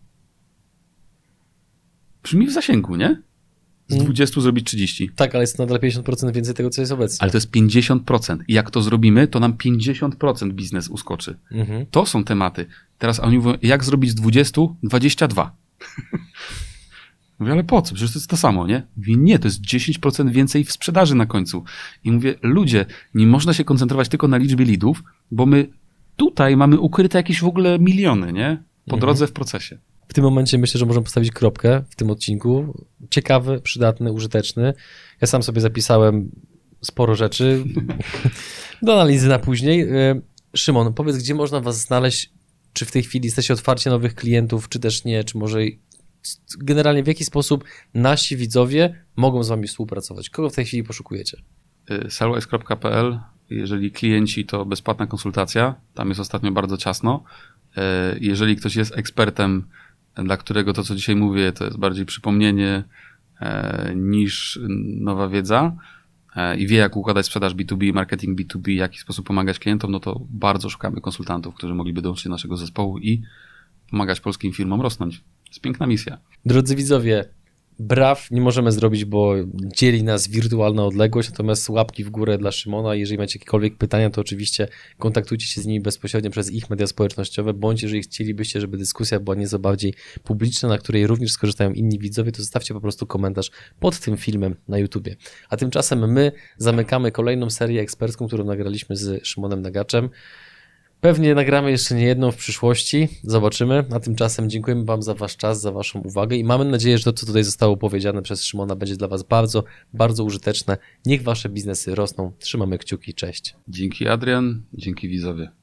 Brzmi w zasięgu, nie? Z dwudziestu zrobić trzydzieści. Tak, ale jest nadal pięćdziesiąt procent więcej tego, co jest obecnie. Ale to jest pięćdziesiąt procent. I jak to zrobimy, to nam pięćdziesiąt procent biznes uskoczy. Mhm. To są tematy. Teraz oni mówią, jak zrobić z dwudziestu dwadzieścia dwa? Mówię, ale po co? Przecież to jest to samo, nie? Mówię, nie, to jest dziesięć procent więcej w sprzedaży na końcu. I mówię, ludzie, nie można się koncentrować tylko na liczbie lidów, bo my tutaj mamy ukryte jakieś w ogóle miliony, nie? Po mhm. drodze w procesie. W tym momencie myślę, że możemy postawić kropkę w tym odcinku. Ciekawy, przydatny, użyteczny. Ja sam sobie zapisałem sporo rzeczy do analizy na później. Szymon, powiedz, gdzie można was znaleźć? Czy w tej chwili jesteście otwarci na nowych klientów, czy też nie? Czy może generalnie w jaki sposób nasi widzowie mogą z wami współpracować? Kogo w tej chwili poszukujecie? sellwise kropka p l. Jeżeli klienci, to bezpłatna konsultacja. Tam jest ostatnio bardzo ciasno. Jeżeli ktoś jest ekspertem, dla którego to, co dzisiaj mówię, to jest bardziej przypomnienie niż nowa wiedza i wie, jak układać sprzedaż B dwa B, marketing B dwa B, w jaki sposób pomagać klientom, no to bardzo szukamy konsultantów, którzy mogliby dołączyć do naszego zespołu i pomagać polskim firmom rosnąć. To jest piękna misja. Drodzy widzowie, braw nie możemy zrobić, bo dzieli nas wirtualna odległość, natomiast łapki w górę dla Szymona. Jeżeli macie jakiekolwiek pytania, to oczywiście kontaktujcie się z nimi bezpośrednio przez ich media społecznościowe, bądź jeżeli chcielibyście, żeby dyskusja była nieco bardziej publiczna, na której również skorzystają inni widzowie, to zostawcie po prostu komentarz pod tym filmem na YouTubie. A tymczasem my zamykamy kolejną serię ekspercką, którą nagraliśmy z Szymonem Nagaczem. Pewnie nagramy jeszcze nie jedną w przyszłości, zobaczymy, a tymczasem dziękujemy wam za wasz czas, za waszą uwagę i mamy nadzieję, że to, co tutaj zostało powiedziane przez Szymona, będzie dla was bardzo, bardzo użyteczne. Niech wasze biznesy rosną. Trzymamy kciuki, cześć. Dzięki Adrian, dzięki widzowie.